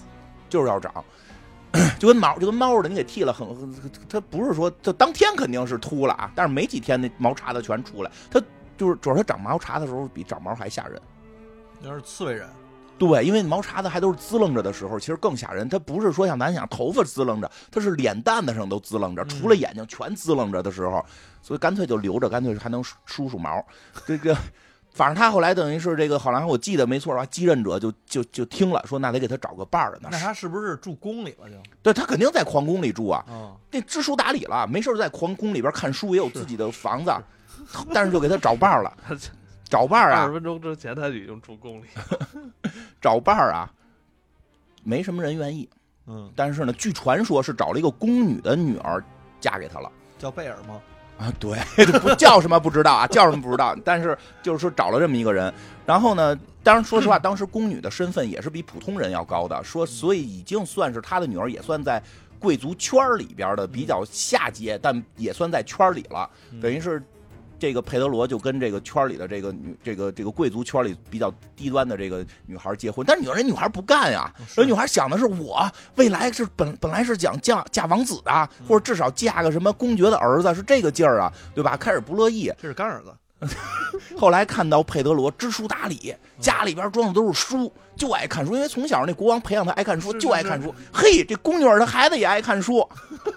就跟猫似的，你给剃了它不是说它当天肯定是秃了啊，但是没几天那毛茬子全出来。它就是主要它长毛茬的时候比长毛还吓人。 要是刺猬人。 对，因为毛茬子还都是滋楞着的时候，其实更吓人。它不是说像咱想头发滋楞着，它是脸蛋子上都滋楞着，除了眼睛全滋楞着的时候，所以干脆就留着，干脆还能梳毛。这个，反正他后来等于是这个，好像我记得没错的话，继任者就听了，说那得给他找个伴儿的。 那他是不是住宫里了就？ 对，他肯定在皇宫里住啊。那知书达理了，没事在皇宫里边看书，也有自己的房子，但是就给他找伴儿了。找伴儿啊！20 分钟之前他已经住宫里， 找伴儿啊，没什么人愿意。但是呢，据传说是找了一个宫女的女儿嫁给他了， 叫贝尔吗？ 啊，对，不叫什么不知道啊，叫什么不知道。但是就是说找了这么一个人，然后呢，当然说实话，当时宫女的身份也是比普通人要高的，说所以已经算是他的女儿，也算在贵族圈里边的比较下阶，但也算在圈里了，等于是。这个佩德罗就跟这个圈里的这个贵族圈里比较低端的这个女孩结婚，但是人女孩不干呀，人女孩想的是我未来是本来是想嫁王子的，或者至少嫁个什么公爵的儿子，是这个劲儿啊，对吧？开始不乐意， 这是干儿子。 后来看到佩德罗知书达理，家里边装的都是书，就爱看书，因为从小那国王培养他爱看书，就爱看书。嘿，这宫女儿的孩子也爱看书。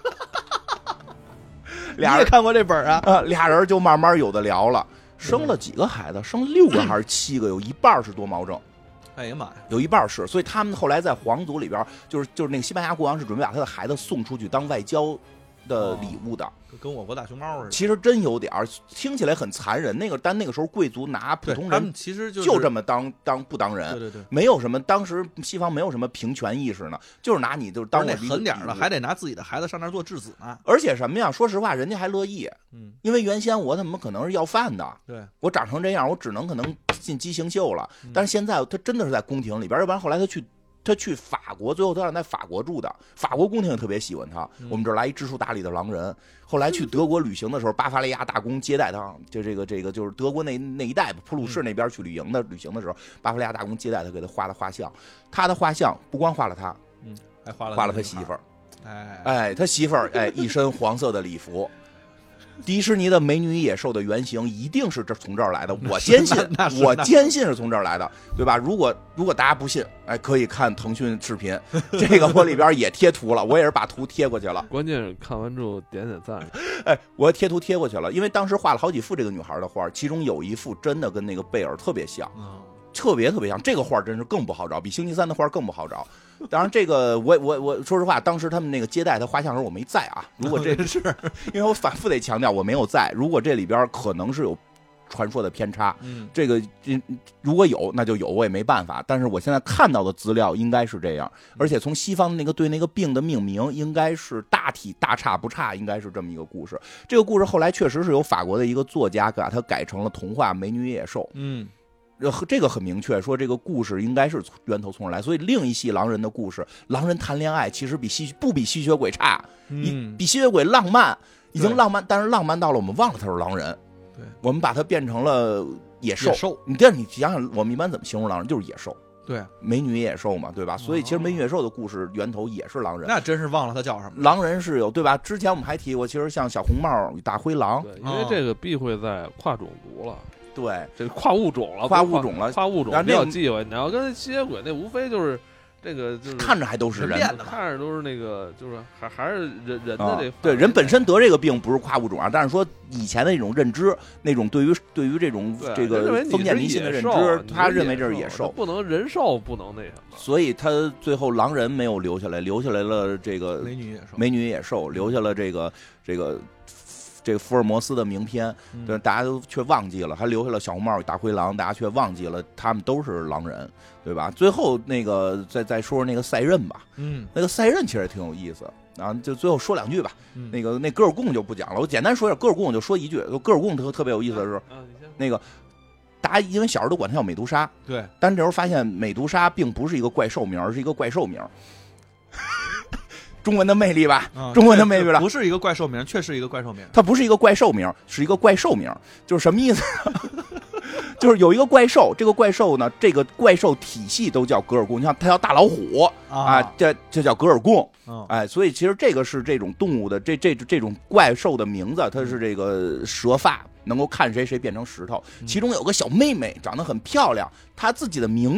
俩人看过这本啊？ 俩人就慢慢有的聊了。生了几个孩子？生6个还是7个？有一半是多毛症。 哎呀妈呀！ 有一半是，所以他们后来在皇族里边，就是那个西班牙国王是准备把他的孩子送出去当外交的礼物的。 跟我国大熊猫似的， 其实真有点儿，听起来很残忍。但那个时候贵族拿普通人，他们其实就这么不当人， 对， 没有什么。当时西方没有什么平权意识呢，就是拿你就当我狠点了，还得拿自己的孩子上那儿做质子呢。 而且什么呀？说实话，人家还乐意，因为原先我怎么可能是要饭的？ 对， 我长成这样，我只能可能进畸形秀了。但是现在他真的是在宫廷里边，要不然后来他去法国，最后他让在法国住的，法国宫廷也特别喜欢他。我们这儿来一知书达理的狼人。后来去德国旅行的时候，巴伐利亚大公接待他，就这个就是德国那一带普鲁士那边去旅行的时候，巴伐利亚大公接待他，给他画的画像。他的画像不光画了他， 还画了他媳妇儿。 哎， 他媳妇儿一身黄色的礼服。迪士尼的美女与野兽的原型一定是从这儿来的，我坚信是从这儿来的，对吧？如果大家不信，可以看腾讯视频，这个我里边也贴图了，我也是把图贴过去了。 关键是看完之后点赞。 我贴图贴过去了，因为当时画了好几幅这个女孩的画，其中有一幅真的跟那个贝尔特别像。特别像，这个画真是更不好找，比星期三的画更不好找。当然，这个我说实话，当时他们那个接待他画像的时候我没在啊。如果这是因为我反复得强调我没有在，如果这里边可能是有传说的偏差，这个如果有那就有，我也没办法。但是我现在看到的资料应该是这样，而且从西方对那个病的命名应该是大体大差不差，应该是这么一个故事。这个故事后来确实是由法国的一个作家把它改成了童话《美女与野兽》。这个很明确，说这个故事应该是源头从这儿来，所以另一系狼人的故事，狼人谈恋爱其实比吸血鬼差，比吸血鬼浪漫，已经浪漫，但是浪漫到了我们忘了他是狼人， 对， 我们把它变成了野兽。你想想，我们一般怎么形容狼人？就是野兽。 对， 美女野兽嘛，对吧？所以其实美女野兽的故事源头也是狼人。 那真是忘了他叫什么。 狼人是有，对吧？之前我们还提过，其实像小红帽、大灰狼， 对，因为这个避讳在跨种族了。 对， 这跨物种了， 跨物种了， 比较忌讳。你要跟吸血鬼那无非就是这个，就是看着还都是人， 看着都是那个，就是还是人的这对人本身得这个病不是跨物种啊，但是说以前的那种认知，那种对于这种这个封建迷信的认知，他认为这是野兽， 不能人兽不能那什么， 所以他最后狼人没有留下来，留下来了这个美女野兽，留下了这个福尔摩斯的名篇，对，大家都却忘记了，还留下了小红帽与大灰狼，大家却忘记了他们都是狼人，对吧？最后那个再说说那个赛壬吧，那个赛壬其实也挺有意思啊，就最后说两句吧。那戈尔贡就不讲了，我简单说一下戈尔贡，我就说一句，戈尔贡特别有意思的是，那个大家因为小时候都管它叫美杜莎， 对， 但这时候发现美杜莎并不是一个怪兽名，而是一个怪兽名。中文的魅力吧，中文的魅力了， 不是一个怪兽名，确实一个怪兽名。 它不是一个怪兽名，是一个怪兽名，就是什么意思？就是有一个怪兽，这个怪兽呢，这个怪兽体系都叫格尔贡，你像它叫大老虎啊，这叫格尔贡，哎，所以其实这个是这种动物的这种怪兽的名字，它是这个蛇发，能够看谁变成石头。其中有个小妹妹长得很漂亮，她自己的名字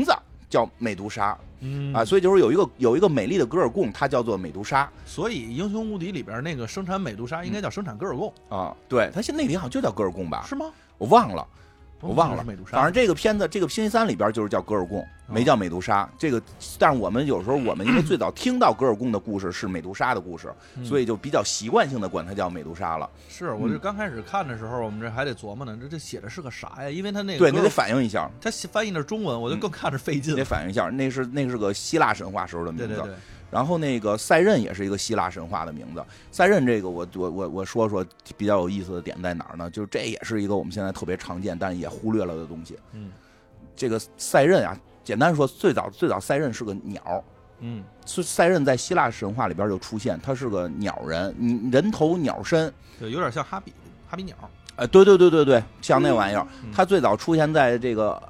叫美杜莎。所以就是有一个美丽的格尔贡，它叫做美杜莎。 所以《英雄无敌》里边那个生产美杜莎应该叫生产格尔贡啊。对，它现在那里好像就叫格尔贡吧？ 是吗？ 我忘了。 美杜莎。 反正这个片子，这个星期三里边就是叫格尔贡，没叫美杜莎。这个，但是我们有时候因为最早听到格尔贡的故事是美杜莎的故事，所以就比较习惯性的管它叫美杜莎了。 是，我这刚开始看的时候，我们这还得琢磨呢，这写的是个啥呀？因为他那个对，你得反应一下， 他翻译的是中文，我就更看着费劲。 得反应一下，那是个希腊神话时候的名字。 对。 然后那个赛壬也是一个希腊神话的名字。赛壬这个我说比较有意思的点在哪儿呢？就是这也是一个我们现在特别常见但是也忽略了的东西。这个赛壬啊，简单说，最早赛壬是个鸟。赛壬在希腊神话里边就出现，它是个鸟人，人头鸟身， 对，有点像哈比鸟。 对，像那玩意儿。它最早出现在这个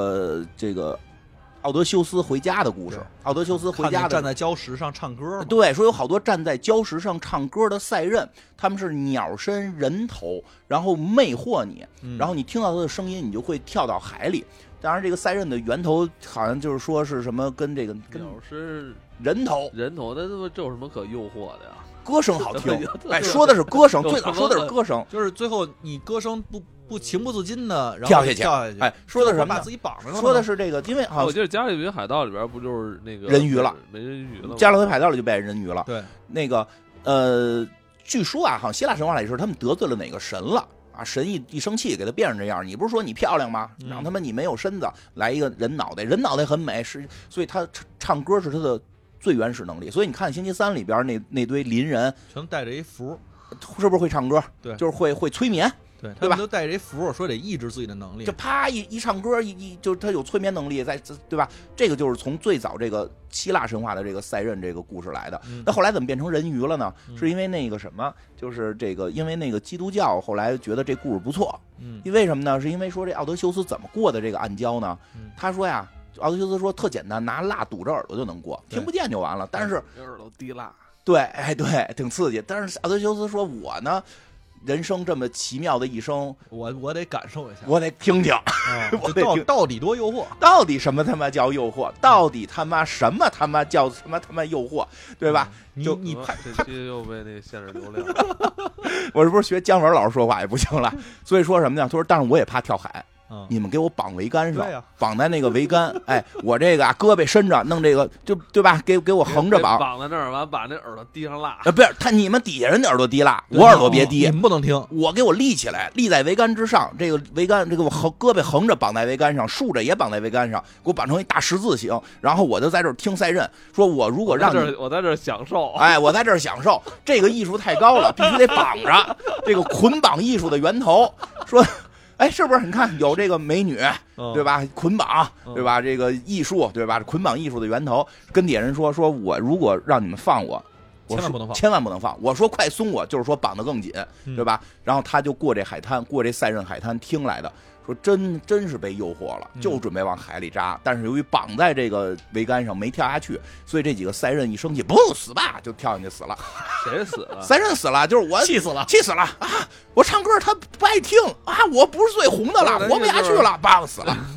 奥德修斯回家的故事。奥德修斯回家站在礁石上唱歌。 对，说有好多站在礁石上唱歌的赛壬，他们是鸟身人头，然后魅惑你，然后你听到他的声音，你就会跳到海里。当然，这个赛壬的源头好像就是说是什么跟这个鸟是人头， 那这有什么可诱惑的呀？ 歌声好听，说的是歌声，最早说的是歌声， 就是最后你歌声不情不自禁的跳下去， 说的是什么？ 把自己绑上了。 说的是这个，因为我记得《加勒比海盗》里边不就是那个人鱼了， 没人鱼了，《 加勒比海盗》里就变人鱼了。 对， 那个据说啊，好像希腊神话里是他们得罪了哪个神了啊？神一生气给他变成这样。你不是说你漂亮吗？让他们你没有身子，来一个人脑袋很美，所以他唱歌是他的最原始能力。所以你看星期三里边那堆邻人全带着一符， 是不是会唱歌？ 对， 就是会催眠。 对吧？都带着一符，说得抑制自己的能力。 就啪一唱歌，就是他有催眠能力，对吧？这个就是从最早这个希腊神话的这个赛壬这个故事来的。那后来怎么变成人鱼了呢？是因为那个什么，就是这个，因为那个基督教后来觉得这故事不错。因为什么呢？是因为说这奥德修斯怎么过的这个暗礁呢？他说呀，奥德修斯说特简单，拿蜡堵着耳朵就能过，听不见就完了。但是耳朵滴蜡， 对，对，挺刺激。但是奥德修斯说，我呢？人生这么奇妙的一生， 我得感受一下， 我得听听， 到底多诱惑？ 到底什么他妈叫诱惑？到底他妈什么他妈叫什么他妈诱惑？对吧？ 你拍这期又被那限制流量。 我是不是学姜文老师说话也不行了？所以说什么呢？他说，但是我也怕跳海。你们给我绑桅杆上，绑在那个桅杆，我这个胳膊伸着，弄这个就对吧？给我横着绑在那儿，完把那耳朵滴上蜡。 不是你们底下人的耳朵滴蜡，我耳朵别滴， 你们不能听。 我立起来，立在桅杆之上，这个桅杆这个我胳膊横着绑在桅杆上，竖着也绑在桅杆上，给我绑成一大十字形，然后我就在这儿听赛壬，说我如果让我在这儿享受， 我在这儿享受，这个艺术太高了，必须得绑着，这个捆绑艺术的源头，说。是不是？你看有这个美女，对吧？捆绑，对吧？这个艺术，对吧？捆绑艺术的源头，跟底下人说我如果让你们放我， 千万不能放， 千万不能放。我说快松我，就是说绑得更紧，对吧？然后他就过这海滩，过这赛壬海滩听来的，说真是被诱惑了，就准备往海里扎，但是由于绑在这个桅杆上没跳下去，所以这几个赛壬一生气，不死吧，就跳进去死了。 谁死了？ 赛壬死了，就是我气死了啊！我唱歌他不爱听啊！我不是最红的了，活不下去了，棒死了，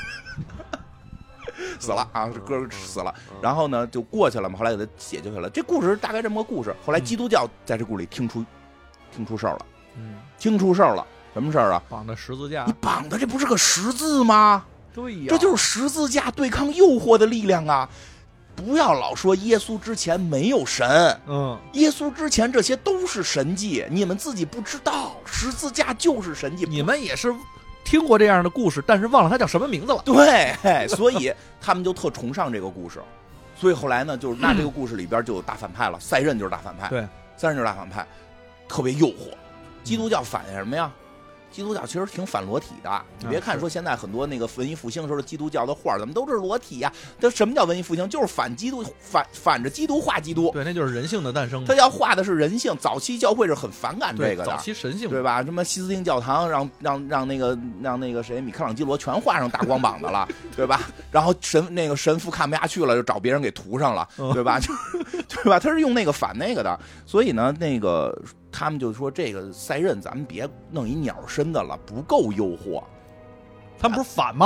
死了啊！这歌死了，然后呢就过去了嘛，后来给他解救下来。这故事大概这么个故事。后来基督教在这故事里听出事儿了，听出事儿了。什么事儿啊？ 绑的十字架， 你绑的这不是个十字吗？ 对呀， 这就是十字架对抗诱惑的力量啊！不要老说耶稣之前没有神，耶稣之前这些都是神迹，你们自己不知道，十字架就是神迹。 你们也是听过这样的故事，但是忘了它叫什么名字了。 对，所以他们就特崇尚这个故事，所以后来呢，就是那这个故事里边就有大反派了，赛壬就是大反派， 对， 赛壬就是大反派，特别诱惑。基督教反映什么呀？基督教其实挺反裸体的，你别看说现在很多那个文艺复兴时候的基督教的画怎么都是裸体呀？这什么叫文艺复兴？就是反基督，反着基督画基督。 对，那就是人性的诞生。 他要画的是人性。早期教会是很反感这个的， 早期神性， 对吧？什么西斯汀教堂让那个谁米开朗基罗全画上大光膀子了，对吧？然后神父看不下去了，就找别人给涂上了，对吧？对吧？他是用那个反那个的，所以呢，那个。他们就说这个赛壬咱们别弄一鸟身的了，不够诱惑。 他们不是反吗？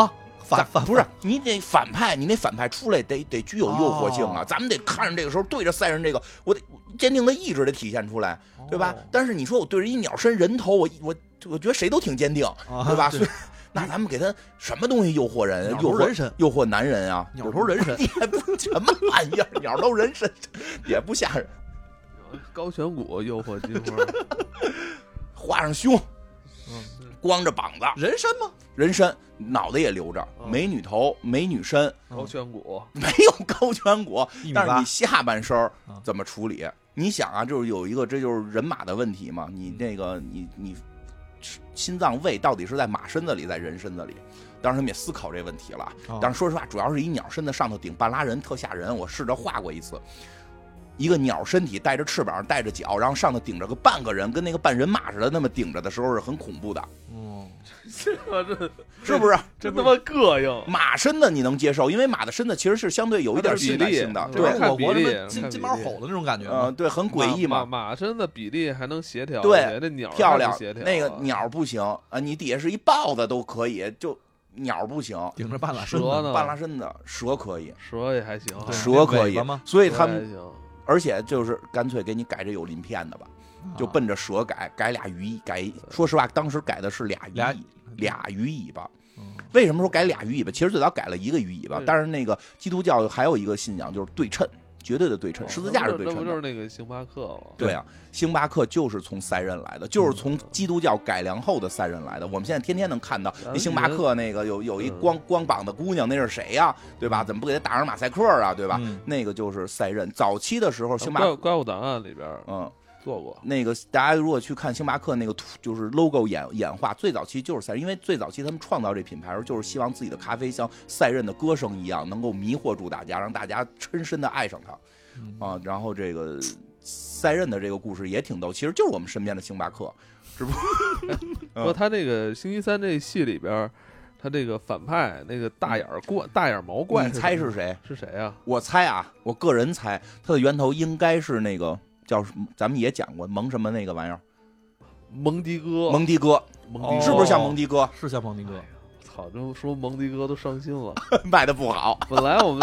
不是你得反派，你那反派出来得具有诱惑性啊！咱们得看着这个时候对着赛人这个，我得坚定的意志得体现出来，对吧？但是你说我对着一鸟身人头，我觉得谁都挺坚定，对吧？所以那咱们给他什么东西诱惑人？ 鸟头人参， 诱惑男人啊！ 鸟头人参， 也不什么玩意儿，鸟头人参也不吓人。 高颧骨诱惑金花， 画上胸，光着膀子， 人参吗？ 人参，脑袋也留着，美女头，美女身， 高颧骨没有高颧骨，但是你下半身怎么处理？你想啊，就是有一个，这就是人马的问题嘛。你那个，你心脏胃到底是在马身子里，在人身子里？当时他们也思考这问题了。但是说实话，主要是一鸟身子上头顶半拉人，特吓人。我试着画过一次。一个鸟身体带着翅膀带着脚，然后上头顶着个半个人，跟那个半人马似的，那么顶着的时候是很恐怖的。 这是不是？ 这他妈膈应！ 马身子你能接受，因为马的身子其实是相对有一点性感性的， 对，看比例， 金毛吼的那种感觉。 对，很诡异嘛。 马身子比例还能协调， 对， 那鸟漂亮， 协调。 那个鸟不行啊，你底下是一豹子都可以，就鸟不行， 顶着半拉身子， 半拉身子，蛇可以， 蛇也还行， 蛇可以，所以他们。 而且就是干脆给你改这有鳞片的吧，就奔着蛇改俩鱼改。说实话，当时改的是俩鱼尾巴。为什么说改俩鱼尾巴？其实最早改了一个鱼尾巴，但是那个基督教还有一个信仰就是对称，绝对的对称，十字架是对称的。 那不就是那个星巴克吗？ 对啊，星巴克就是从赛壬来的，就是从基督教改良后的赛壬来的。我们现在天天能看到那星巴克那个有一光膀的姑娘，那是谁呀？对吧？怎么不给他打上马赛克啊？对吧？那个就是赛壬。早期的时候，星巴克怪物档案里边，做过那个，大家如果去看星巴克那个就是 logo 演化，最早期就是赛壬，因为最早期他们创造这品牌的时候，就是希望自己的咖啡像赛壬的歌声一样，能够迷惑住大家，让大家深深的爱上它。然后这个赛壬的这个故事也挺逗，其实就是我们身边的星巴克，只不过说他这个星期三这戏里边，他这个反派那个大眼毛怪， 你猜是谁？ 是谁啊？ 我猜啊，我个人猜，他的源头应该是那个。叫咱们也讲过蒙什么那个玩意儿， 蒙迪哥， 是不是像蒙迪哥？ 是像蒙迪哥。 操，这说蒙迪哥都伤心了， 卖的不好。 本来我们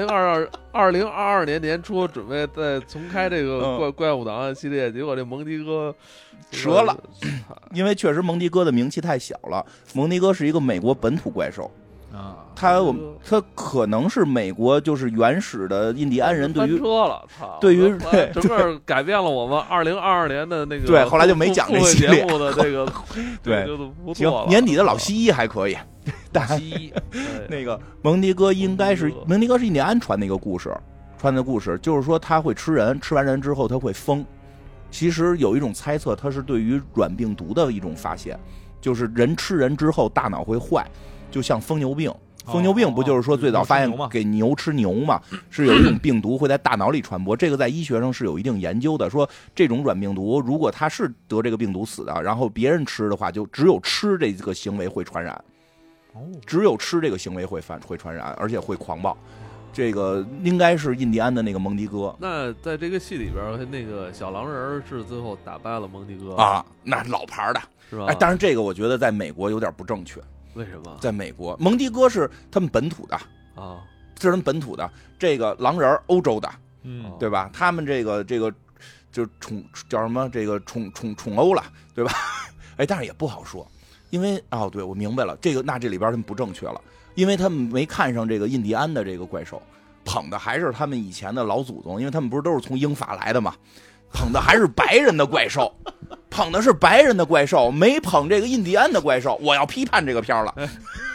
2022年年初准备再重开这个怪物档案系列，结果这蒙迪哥折了，因为确实蒙迪哥的名气太小了。蒙迪哥是一个美国本土怪兽。他可能是美国就是原始的印第安人对于车了， 对于整个改变了我们2022年的那个对，后来就没讲这系列节目的这个对， 就不错了。 年底的老西医还可以， 西医那个蒙迪哥应该是蒙迪哥是印第安传的一个故事，就是说他会吃人，吃完人之后他会疯。其实有一种猜测，他是对于软病毒的一种发现，就是人吃人之后大脑会坏。就像疯牛病，疯牛病不就是说最早发现给牛吃牛嘛？是有一种病毒会在大脑里传播，这个在医学上是有一定研究的。说这种软病毒，如果他是得这个病毒死的，然后别人吃的话，就只有吃这个行为会传染。只有吃这个行为会传染，而且会狂暴。这个应该是印第安的那个蒙迪哥。 那在这个戏里边，那个小狼人是最后打败了蒙迪哥啊，那老牌的是吧？ 哎，但是这个我觉得在美国有点不正确。 为什么？ 在美国，蒙迪哥是他们本土的啊， 是他们本土的。这个狼人欧洲的，对吧？他们这个就叫什么？这个宠欧了，对吧？哎，但是也不好说，因为对，我明白了，这里边他们不正确了，因为他们没看上这个印第安的这个怪兽，捧的还是他们以前的老祖宗，因为他们不是都是从英法来的嘛。捧的还是白人的怪兽，捧的是白人的怪兽，没捧这个印第安的怪兽。我要批判这个片了。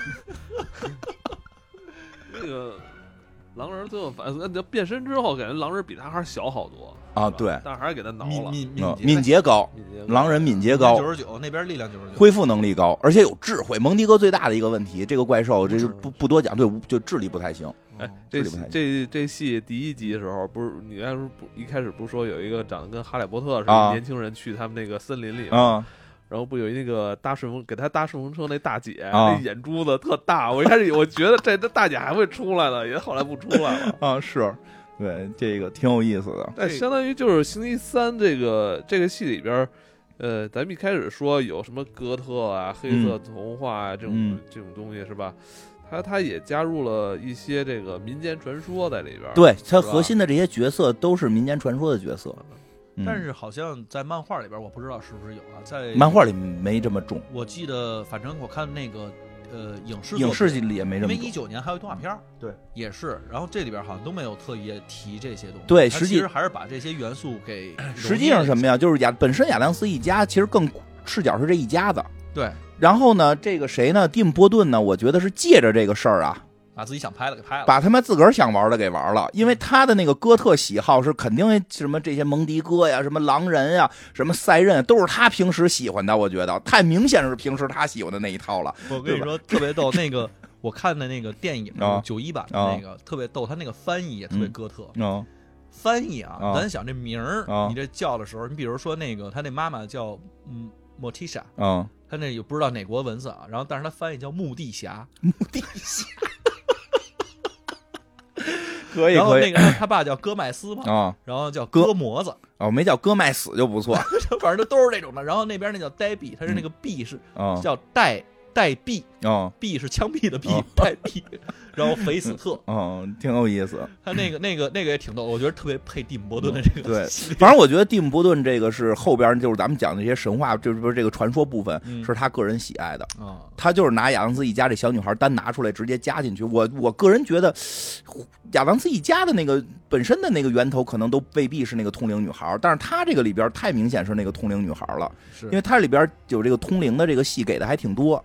那个狼人最后变身之后，感觉狼人比他还是小好多啊。对， 但是还是给他挠了。 敏捷高，狼人敏捷高 ，99那边力量99， 恢复能力高，而且有智慧。蒙迪哥最大的一个问题，这个怪兽这是不多讲，对，就智力不太行。 哎，这戏第一集的时候，不是你一开始不是说有一个长得跟哈利波特似的年轻人去他们那个森林里吗？然后不有那个给他搭顺风车那大姐，那眼珠子特大。我一开始我觉得这大姐还会出来了，也后来不出来了啊。是，对，这个挺有意思的。 但相当于就是星期三这个戏里边，咱们一开始说有什么哥特啊、黑色童话啊这种东西是吧？ 他也加入了一些这个民间传说在里边。 对，他核心的这些角色都是民间传说的角色。 但是好像在漫画里边，我不知道是不是有啊，在漫画里没这么重。 我记得，反正我看那个影视里也没这么重， 因为19年还有动画片， 对， 也是。然后这里边好像都没有特意提这些东西。 对， 其实还是把这些元素给。 实际上什么呀？就是本身亚当斯一家其实更视角是这一家子。 对。 然后呢，这个谁呢？蒂姆·波顿呢？我觉得是借着这个事儿啊。 把自己想拍了给拍了， 把他妈自个儿想玩的给玩了，因为他的那个哥特喜好是肯定什么这些蒙迪哥呀、什么狼人呀、什么赛壬都是他平时喜欢的，我觉得太明显是平时他喜欢的那一套了。 我跟你说特别逗，那个我看的那个电影91版的那个特别逗，他那个翻译也特别哥特。翻译啊，咱想这名儿，你这叫的时候，你比如说那个他那妈妈叫莫蒂莎，他那也不知道哪国文字啊，然后但是他翻译叫墓地侠， 墓地侠。可以， 然后那个他爸叫戈麦斯嘛，然后叫戈摩子， 没叫戈麦死就不错， 反正都是这种的。然后那边那叫呆币，他是那个币是叫代币，币是枪毙的币，代币。然后菲斯特， 挺有意思。 他那个也挺逗，我觉得特别配蒂姆·波顿的这个。 对，反正我觉得蒂姆·波顿这个是后边就是咱们讲的这些神话，就是这个传说部分是他个人喜爱的。他就是拿亚当斯一家这小女孩单拿出来直接加进去。我个人觉得亚当斯一家的那个本身的那个源头可能都未必是那个通灵女孩，但是他这个里边太明显是那个通灵女孩了，因为他里边有这个通灵的这个戏给的还挺多。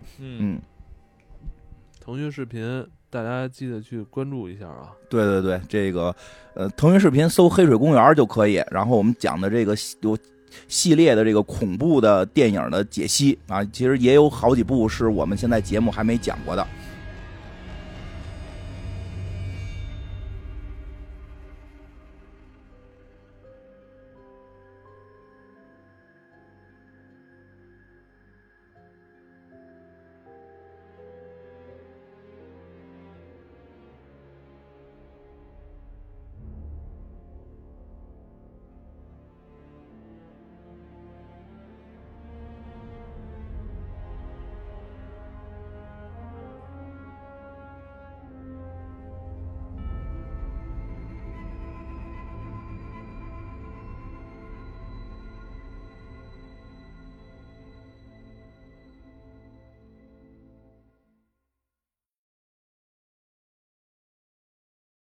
腾讯视频大家记得去关注一下啊！ 对对对，这个腾讯视频搜《黑水公园》就可以。然后我们讲的这个有系列的这个恐怖的电影的解析啊，其实也有好几部是我们现在节目还没讲过的。